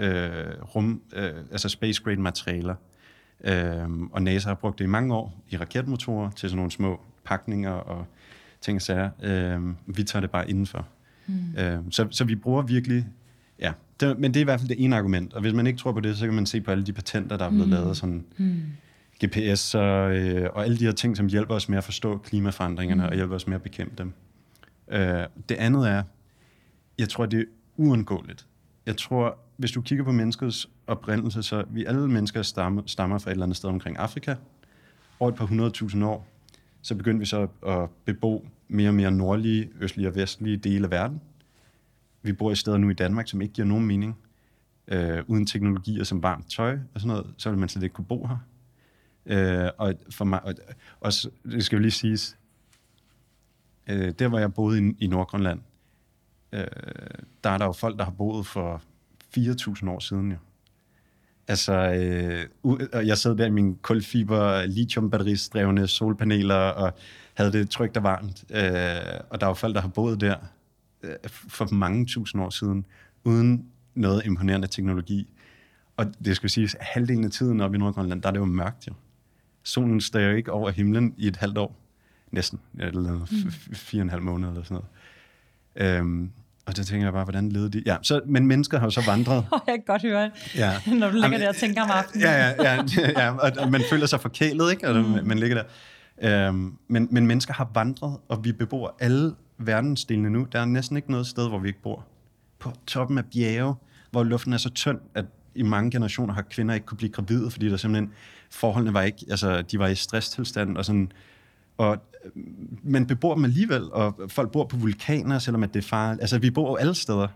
altså space grade materialer. Og NASA har brugt det i mange år i raketmotorer til sådan nogle små pakninger og ting og sager. Vi tager det bare indenfor. Så vi bruger virkelig... Ja, men det er i hvert fald det ene argument. Og hvis man ikke tror på det, så kan man se på alle de patenter, der er blevet lavet, sådan GPS og alle de her ting, som hjælper os med at forstå klimaforandringerne og hjælper os med at bekæmpe dem. Det andet er, jeg tror, det er uundgåeligt. Jeg tror, hvis du kigger på menneskets oprindelse, så vi alle mennesker stammer fra et eller andet sted omkring Afrika. Over et par 100.000 år, så begyndte vi så at bebo mere og mere nordlige, østlige og vestlige dele af verden. Vi bor i steder nu i Danmark, som ikke giver nogen mening. Uden teknologier som varmt tøj og sådan noget, så vil man slet ikke kunne bo her. Og for mig, og det skal jo lige siges, der hvor jeg boede i Nordgrønland, der er der jo folk, der har boet for 4.000 år siden jo. Altså, jeg sad der i min kulfiber, lithium-batterisdrevne solpaneler, og havde det trygt og varmt. Og der er jo folk, der har boet der for mange tusind år siden, uden noget imponerende teknologi. Og det skal siges, at halvdelen af tiden oppe i Nordgrønland, der er det jo mørkt jo. Solen står jo ikke over himlen i et halvt år. Næsten. Eller 4,5 måneder eller sådan noget. Og så tænker jeg bare, hvordan levede de? Ja, men mennesker har jo så vandret. Jeg kan godt høre, når du ligger der og tænker om aftenen. Ja, og man føler sig forkælet, ikke? Og man ligger der. Men mennesker har vandret, og vi bebor alle verdensdelene nu. Der er næsten ikke noget sted, hvor vi ikke bor. På toppen af bjerge, hvor luften er så tynd, at i mange generationer har kvinder ikke kunne blive gravide, fordi der simpelthen forholdene var ikke, altså de var i stresstilstand og sådan. Og man bebor dem alligevel, og folk bor på vulkaner, selvom at det er farligt. Altså, vi bor jo alle steder.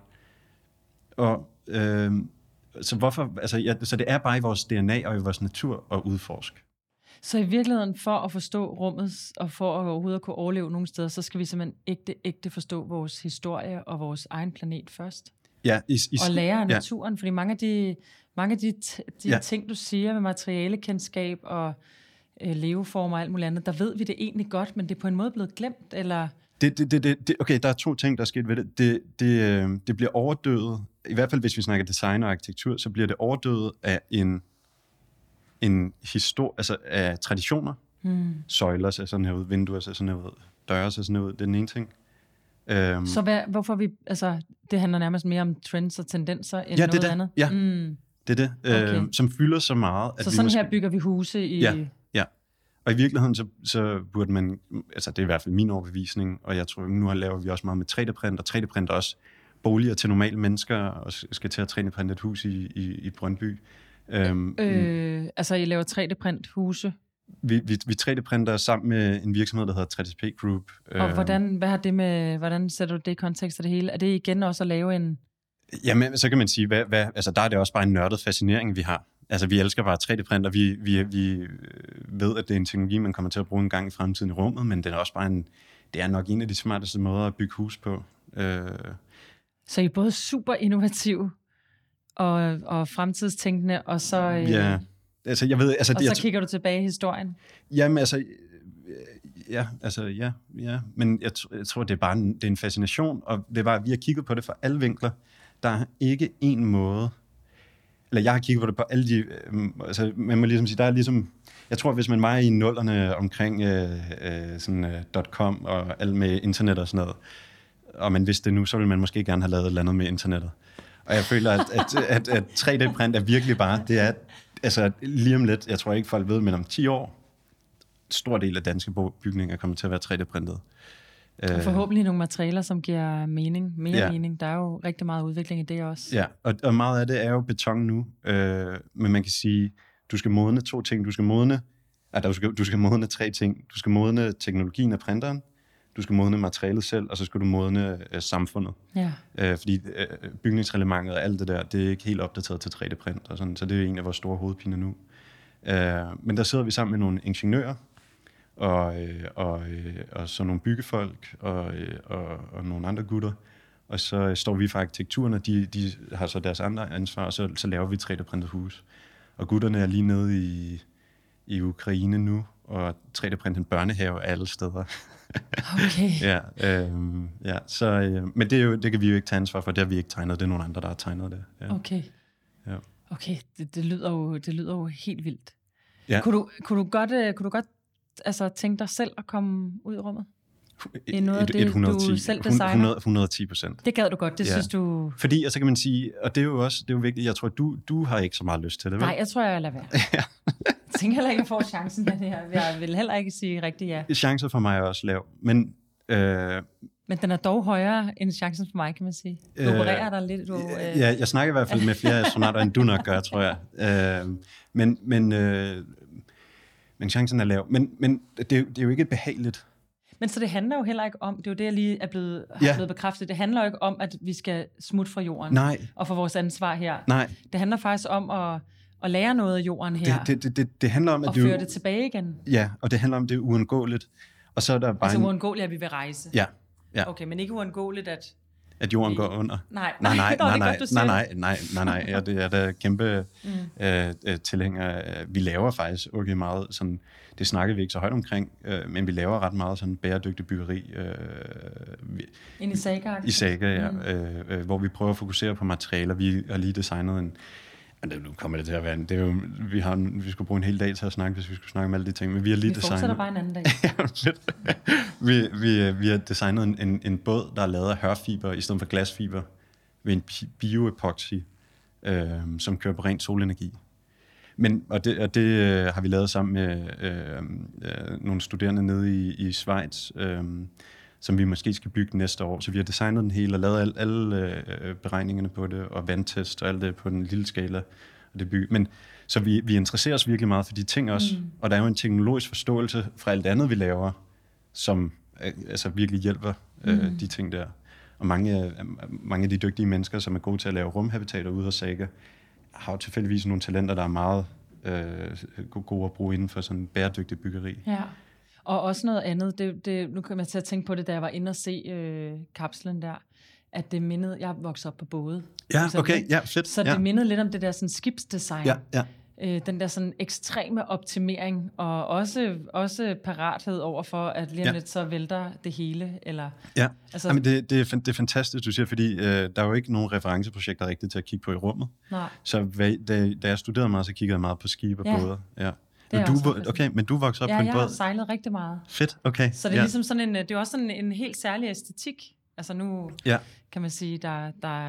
Og så hvorfor, altså, så det er bare i vores DNA og i vores natur at udforske. Så i virkeligheden, for at forstå rummet, og for at overhovedet kunne overleve nogle steder, så skal vi simpelthen ægte forstå vores historie og vores egen planet først. Ja, og lære af naturen, fordi mange af de ting, du siger med materialekendskab og leveformer og alt muligt andet, der ved vi det egentlig godt, men det er på en måde blevet glemt, eller... Okay, der er to ting, der er sket ved det. Det bliver overdøvet, i hvert fald hvis vi snakker design og arkitektur, så bliver det overdøvet af en historie, altså af traditioner. Søjler ser sådan her ud, vinduer ser sådan her ud, døre ser sådan her ud, det er den ene ting. Så hvorfor vi, altså, det handler nærmest mere om trends og tendenser end noget andet? Ja, det er det, okay. Som fylder så meget. At så sådan her bygger vi huse i... Ja. Og i virkeligheden, så burde man, altså det er i hvert fald min overbevisning, og jeg tror, nu laver vi også meget med 3D-print, og 3D-print også boliger til normale mennesker, og skal til at 3D-printe et hus i Brøndby. Altså, I laver 3D-print huse? Vi 3D-printer sammen med en virksomhed, der hedder 3DP Group. Og hvordan sætter du det i kontekst af det hele? Er det igen også at lave en... Jamen, så kan man sige, altså der er det også bare en nørdet fascinering, vi har. Altså, vi elsker bare 3D-printer. Vi ved, at det er en teknologi, man kommer til at bruge en gang i fremtiden i rummet, men det er også bare det er nok en af de smarteste måder at bygge hus på. Så I er både super innovative og fremtidstænkende, og så... Ja, altså jeg ved... Altså, og så kigger du tilbage i historien? Jamen altså... Ja. Men jeg tror, det er bare det er en fascination, og det var, vi har kigget på det fra alle vinkler. Der er ikke en måde... Eller jeg har kigget på det på alle de... altså, man må ligesom sige, der er ligesom... Jeg tror, hvis man var i nullerne omkring .com og alt med internet og sådan noget, og man vidste det nu, så ville man måske gerne have lavet et eller andet med internettet. Og jeg føler, at 3D-print er virkelig bare... Det er altså lige om lidt, jeg tror ikke folk ved, men om 10 år, stor del af danske bygninger kommer til at være 3D-printet. Og forhåbentlig nogle materialer, som giver mening, mening. Der er jo rigtig meget udvikling i det også. Ja, og meget af det er jo beton nu. Men man kan sige, du skal modne 2 ting. Du skal modne 3 ting. Du skal modne teknologien af printeren, du skal modne materialet selv, og så skal du modne samfundet. Ja. Fordi bygningsreglementet og alt det der, det er ikke helt opdateret til 3D-print, og sådan, så det er en af vores store hovedpiner nu. Men der sidder vi sammen med nogle ingeniører, og så nogle byggefolk, og nogle andre gutter, og så står vi for arkitekturen, og de har så deres andre ansvar, og så laver vi 3D-printet hus. Og gutterne er lige nede i Ukraine nu, og 3D-printet en børnehave alle steder. Okay. Ja, så, men det kan vi jo ikke tage ansvar for, det har vi ikke tegnet, det er nogle andre, der har tegnet det. Ja. Okay. Ja. Okay, det lyder jo helt vildt. Ja. Kunne du godt altså tænke dig selv at komme ud i rummet? Det er noget af det, 110, du selv designer? 110%. Det gad du godt, det synes du... Fordi, og så kan man sige, og det er jo vigtigt, jeg tror, du har ikke så meget lyst til det, vel? Nej, jeg tror, jeg lader være. Ja. Jeg tænker heller ikke, at jeg får chancen med det her. Jeg vil heller ikke sige rigtigt ja. Chancen for mig er også lav, men... Men den er dog højere end chancen for mig, kan man sige. Du opererer dig lidt. Ja, jeg snakker i hvert fald med flere astronauter, end du nok gør, tror jeg. Men chancen er lav. Men det er jo ikke behageligt. Men så det handler jo heller ikke om, det er jo det, jeg lige er blevet bekræftet, det handler jo ikke om, at vi skal smutte fra jorden. Nej. Og få vores ansvar her. Nej. Det handler faktisk om at lære noget af jorden her. Det handler om, at og føre det tilbage igen. Ja, og det handler om, at det er uundgåeligt. Og så er der bare uundgåeligt, at vi vil rejse. Ja. Okay, men ikke uundgåeligt, at jorden går under. Nej. Ja, det er der kæmpe tilhænger. Vi laver faktisk okay meget sådan, det snakker vi ikke så højt omkring, men vi laver ret meget sådan bæredygtig byggeri. I Saga? I Saga, ja. Hvor vi prøver at fokusere på materialer. Vi har lige designet nu kommer det til at være vi skulle bruge en hel dag til at snakke, hvis vi skulle snakke om alle de ting, men vi har lige designet... Vi fortsætter bare en anden dag. vi har designet en båd, der er lavet af hørfiber i stedet for glasfiber, ved en bioepoxy, som kører på ren solenergi. Og det har vi lavet sammen med nogle studerende nede i Schweiz, som vi måske skal bygge næste år. Så vi har designet den hele og lavet alle beregningerne på det, og vandtest og alt det på den lille skala. Og det men, så vi interesserer os virkelig meget for de ting også. Og der er jo en teknologisk forståelse fra alt andet, vi laver, som altså virkelig hjælper de ting der. Og mange af de dygtige mennesker, som er gode til at lave rumhabitater ude af Saga, har jo tilfældigvis nogle talenter, der er meget gode at bruge inden for sådan bæredygtig byggeri. Ja. Og også noget andet, nu kan man til at tænke på det, da jeg var inde og se kapslen der, at det mindede, jeg voksede op på både. Ja, okay, ja, fedt. Så det mindede lidt om det der sådan skibsdesign. Ja. Den der sådan ekstreme optimering, og også parathed over for, at lige om lidt så vælter det hele. Eller, ja, altså, jamen det er fantastisk, du siger, fordi der er jo ikke nogen referenceprojekter rigtigt til at kigge på i rummet. Nej. Så da jeg studerede meget, så kiggede jeg meget på skibe og båder. Ja. Men du voksede op på en båd? Ja, jeg har sejlet rigtig meget. Fedt, okay. Så det er ligesom sådan det er også sådan en helt særlig æstetik. Altså nu kan man sige, det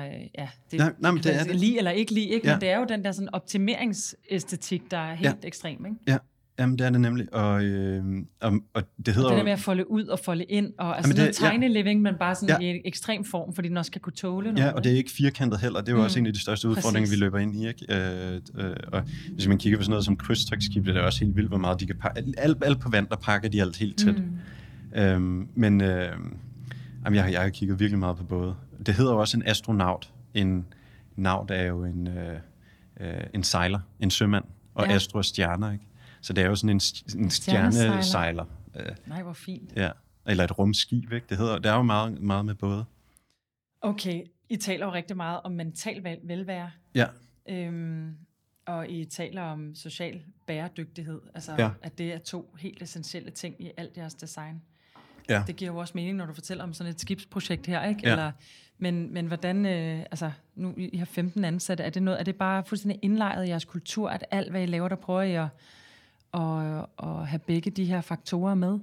lige eller ikke lige, ikke? Men det er jo den der sådan optimeringsæstetik, der er helt ekstrem, ikke? Ja, jamen det er det nemlig. Og det hedder og det der med at folde ud og folde ind, og altså noget tiny living, men bare sådan i en ekstrem form, fordi den også skal kunne tåle noget. Ja, og det er ikke firkantet heller. Det er jo også en af de største udfordringer, vi løber ind i, ikke? Og hvis man kigger på sådan noget som krydstogtskib, det er også helt vildt, hvor meget de kan pakke. Alt på vand, der pakker de alt helt tæt. Jeg har kigget virkelig meget på både. Det hedder jo også en astronaut, en naut er jo en sejler, en sømand, og astro er stjerner, ikke? Så det er jo sådan en stjernesejler. Nej, hvor fint. Ja, eller et rumskib, ikke? Det er jo meget, meget med både. Okay, I taler jo rigtig meget om mental velvære. Ja. Og I taler om social bæredygtighed, altså at det er 2 helt essentielle ting i alt jeres design. Ja. Det giver jo også mening, når du fortæller om sådan et skibsprojekt her, ikke? Ja. Eller, men hvordan, altså nu I har 15 ansatte, er det bare fuldstændig indlejret i jeres kultur, at alt hvad I laver, der prøver I at have begge de her faktorer med?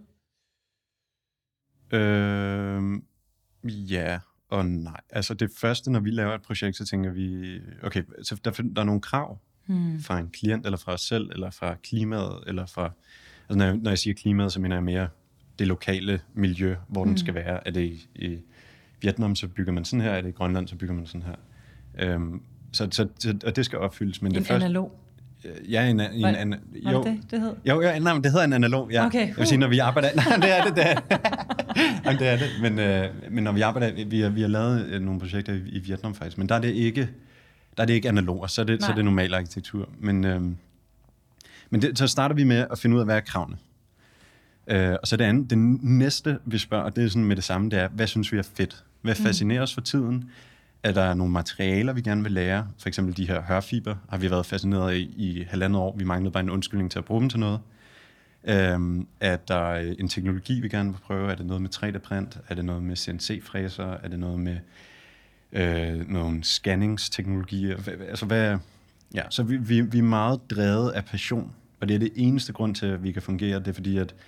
Ja og nej. Altså det første, når vi laver et projekt, så tænker vi, okay, så der er nogle krav fra en klient, eller fra os selv, eller fra klimaet, eller fra, altså når jeg siger klimaet, så mener jeg mere det lokale miljø, hvor den skal være. Er det i Vietnam, så bygger man sådan her, er det i Grønland, så bygger man sådan her. Og det skal opfyldes. Men det analog? Ja, det hed? Jo, nej, det hedder en analog, ja. Okay. Jeg vil sige, når vi arbejder... Nej, det er det. Jamen, det er det. Men når vi arbejder... Vi har lavet nogle projekter i Vietnam faktisk, men der er det ikke analog, så er det normal arkitektur. Men så starter vi med at finde ud af, hvad er kravene. Og så det næste, vi spørger, og det er sådan med det samme, det er, hvad synes vi er fedt? Hvad fascinerer os for tiden? Er der nogle materialer, vi gerne vil lære? For eksempel de her hørfiber har vi været fascineret af i 1,5 år. Vi manglede bare en undskyldning til at bruge dem til noget. Er der en teknologi, vi gerne vil prøve? Er det noget med 3D-print? Er det noget med CNC-fræser? Er det noget med nogle scanningsteknologier? Altså så vi er meget drevet af passion, og det er det eneste grund til, at vi kan fungere. Det er fordi, at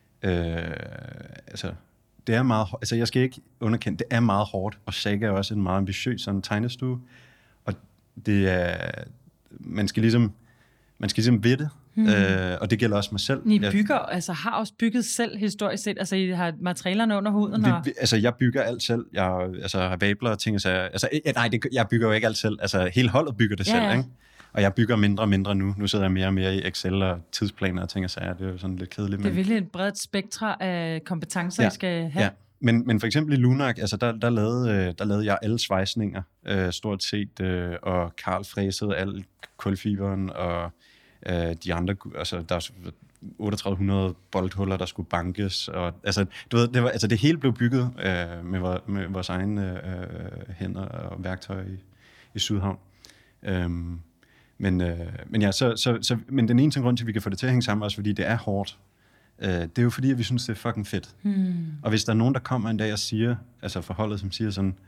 det er meget, altså jeg skal ikke underkende, det er meget hårdt, og Saga er også en meget ambitiøs sådan tegnestue, og det er, man skal ligesom ved det, og det gælder også mig selv. I bygger, har også bygget selv historisk set, altså I har materialerne under huden? Jeg bygger alt selv, jeg har vabler og ting, jeg bygger jo ikke alt selv, hele holdet bygger det selv, ikke? Og jeg bygger mindre og mindre nu. Nu sidder jeg mere og mere i Excel og tidsplaner og ting og sager. Det er jo sådan lidt kedeligt. Det er virkelig et bredt spektra af kompetencer, I skal have. Ja, men for eksempel i Lunak, der lavede jeg alle svejsninger, stort set, og Karl fræsede al kulfiberen, og de andre, der er 3800 bolthuller, der skulle bankes, og du ved, det hele blev bygget med vores egne hænder og værktøj i Sydhavn. Men den eneste grund til, at vi kan få det til at hænge sammen, også fordi det er hårdt, det er jo fordi, at vi synes, det er fucking fedt. Og hvis der er nogen, der kommer en dag og siger, altså forholdet, som siger sådan,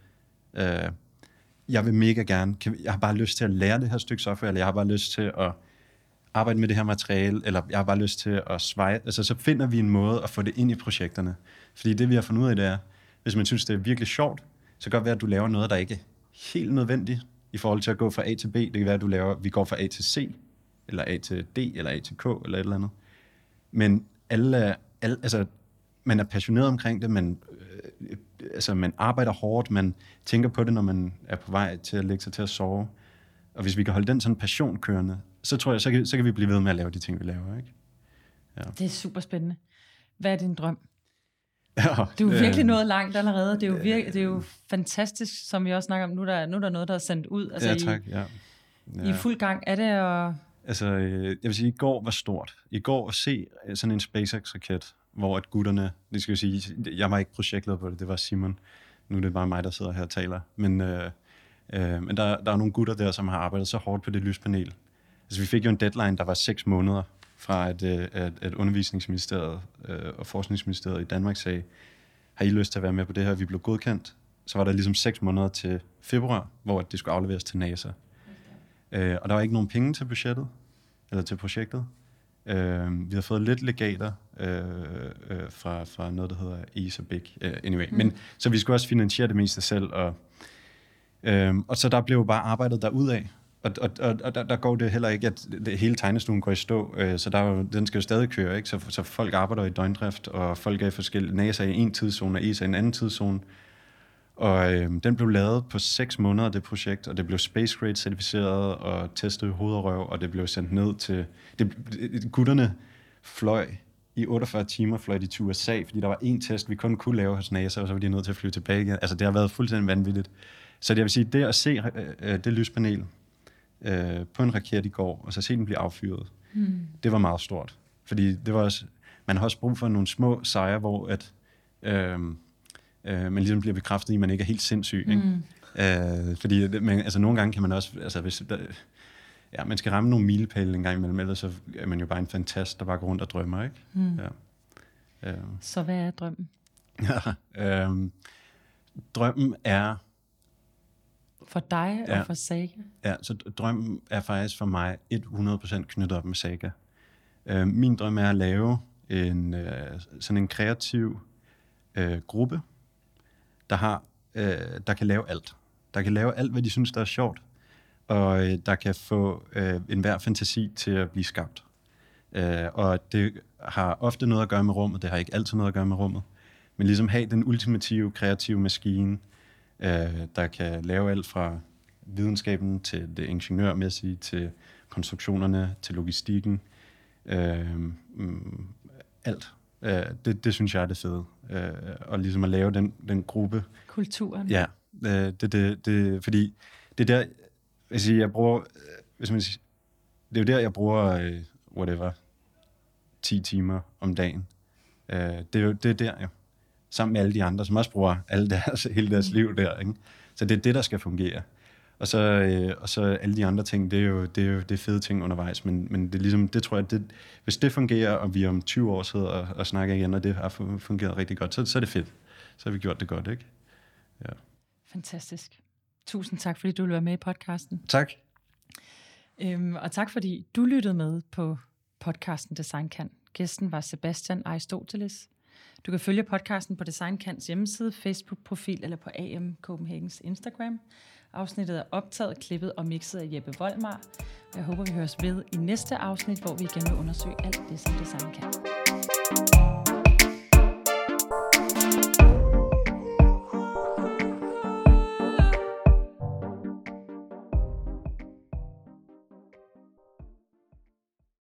jeg vil mega gerne, jeg har bare lyst til at lære det her stykke software, eller jeg har bare lyst til at arbejde med det her materiale, eller jeg har bare lyst til at sveje, så finder vi en måde at få det ind i projekterne. Fordi det, vi har fundet ud af, det er, hvis man synes, det er virkelig sjovt, så kan det godt være, at du laver noget, der ikke er helt nødvendigt, i forhold til at gå fra A til B. Det kan være, at vi går fra A til C, eller A til D, eller A til K, eller et eller andet. Men man er passioneret omkring det, man arbejder hårdt, man tænker på det, når man er på vej til at lægge sig til at sove. Og hvis vi kan holde den sådan passion kørende, så tror jeg, så kan vi blive ved med at lave de ting, vi laver, ikke? Ja. Det er super spændende. Hvad er din drøm? Du er virkelig nået langt allerede. Det er jo fantastisk, som vi også snakker om. Nu er der noget, der er sendt ud. Ja, tak. I fuld gang. Er det at... jeg vil sige, i går var stort. I går at se sådan en SpaceX-raket, hvor at gutterne, det skal jeg sige, jeg var ikke projektleder på det var Simon. Nu er det bare mig, der sidder her og taler. Men der er nogle gutter der, som har arbejdet så hårdt på det lyspanel. Altså vi fik jo en deadline, der var 6 måneder fra at Undervisningsministeriet og Forskningsministeriet i Danmark sagde, har I lyst til at være med på det her? Vi blev godkendt. Så var der ligesom 6 måneder til februar, hvor det skulle afleveres til NASA. Og der var ikke nogen penge til budgettet, eller til projektet. Vi har fået lidt legater fra noget, der hedder ESA Big. Men så vi skulle også finansiere det meste selv. Og så der blev bare arbejdet derudad. Og der går det heller ikke, at hele tegnestuen går i stå, så den skal jo stadig køre, ikke? Så folk arbejder i døgndrift, og folk er i forskellige, NASA i en tidszone, og ESA i en anden tidszone. Og den blev lavet på 6 måneder, det projekt, og det blev Space Grade certificeret og testet hoved og røv, og det blev sendt ned til... Gutterne fløj i 48 timer, fløj de til USA, fordi der var en test, vi kun kunne lave hos NASA, og så var de nødt til at flyve tilbage igen. Altså, det har været fuldstændig vanvittigt. Så jeg vil sige, det at se det lyspanel på en raket i går, og så se den blive affyret, det var meget stort. Fordi det var også, man har også brug for nogle små sejre, hvor at, man ligesom bliver bekræftet i, at man ikke er helt sindssyg. Ikke? Fordi nogle gange kan man også, hvis man skal ramme nogle milepæle en gang imellem, ellers så er man jo bare en fantast, der bare går rundt og drømmer. Ikke? Så hvad er drømmen? Drømmen er... For dig og for Saga? Ja, så drømmen er faktisk for mig 100% knyttet op med Saga. Min drøm er at lave sådan en kreativ gruppe, der kan lave alt. Der kan lave alt, hvad de synes, der er sjovt, og der kan få enhver fantasi til at blive skabt. Og det har ofte noget at gøre med rummet, det har ikke altid noget at gøre med rummet, men ligesom have den ultimative, kreative maskine, der kan lave alt fra videnskaben til det ingeniørmæssige, til konstruktionerne, til logistikken, alt. Det synes jeg er det fede. Og ligesom at lave den gruppe. Kulturen. Ja, fordi det er der, jeg bruger, det er jo der, jeg bruger, 10 timer om dagen. Det er der jo. Sammen med alle de andre, som også bruger hele deres liv der. Ikke? Så det er det, der skal fungere. Og så alle de andre ting, det er jo fede ting undervejs, men det er ligesom, det tror jeg, hvis det fungerer, og vi om 20 år sidder og snakker igen, og det har fungeret rigtig godt, så er det fedt. Så har vi gjort det godt, ikke? Ja. Fantastisk. Tusind tak, fordi du ville være med i podcasten. Tak. Og tak, fordi du lyttede med på podcasten Design Kan. Gæsten var Sebastian Aristoteles. Du kan følge podcasten på Design Kans hjemmeside, Facebook-profil eller på AM Copenhagens Instagram. Afsnittet er optaget, klippet og mixet af Jeppe Voldmar. Jeg håber, vi høres ved i næste afsnit, hvor vi igen vil undersøge alt det, som design kan.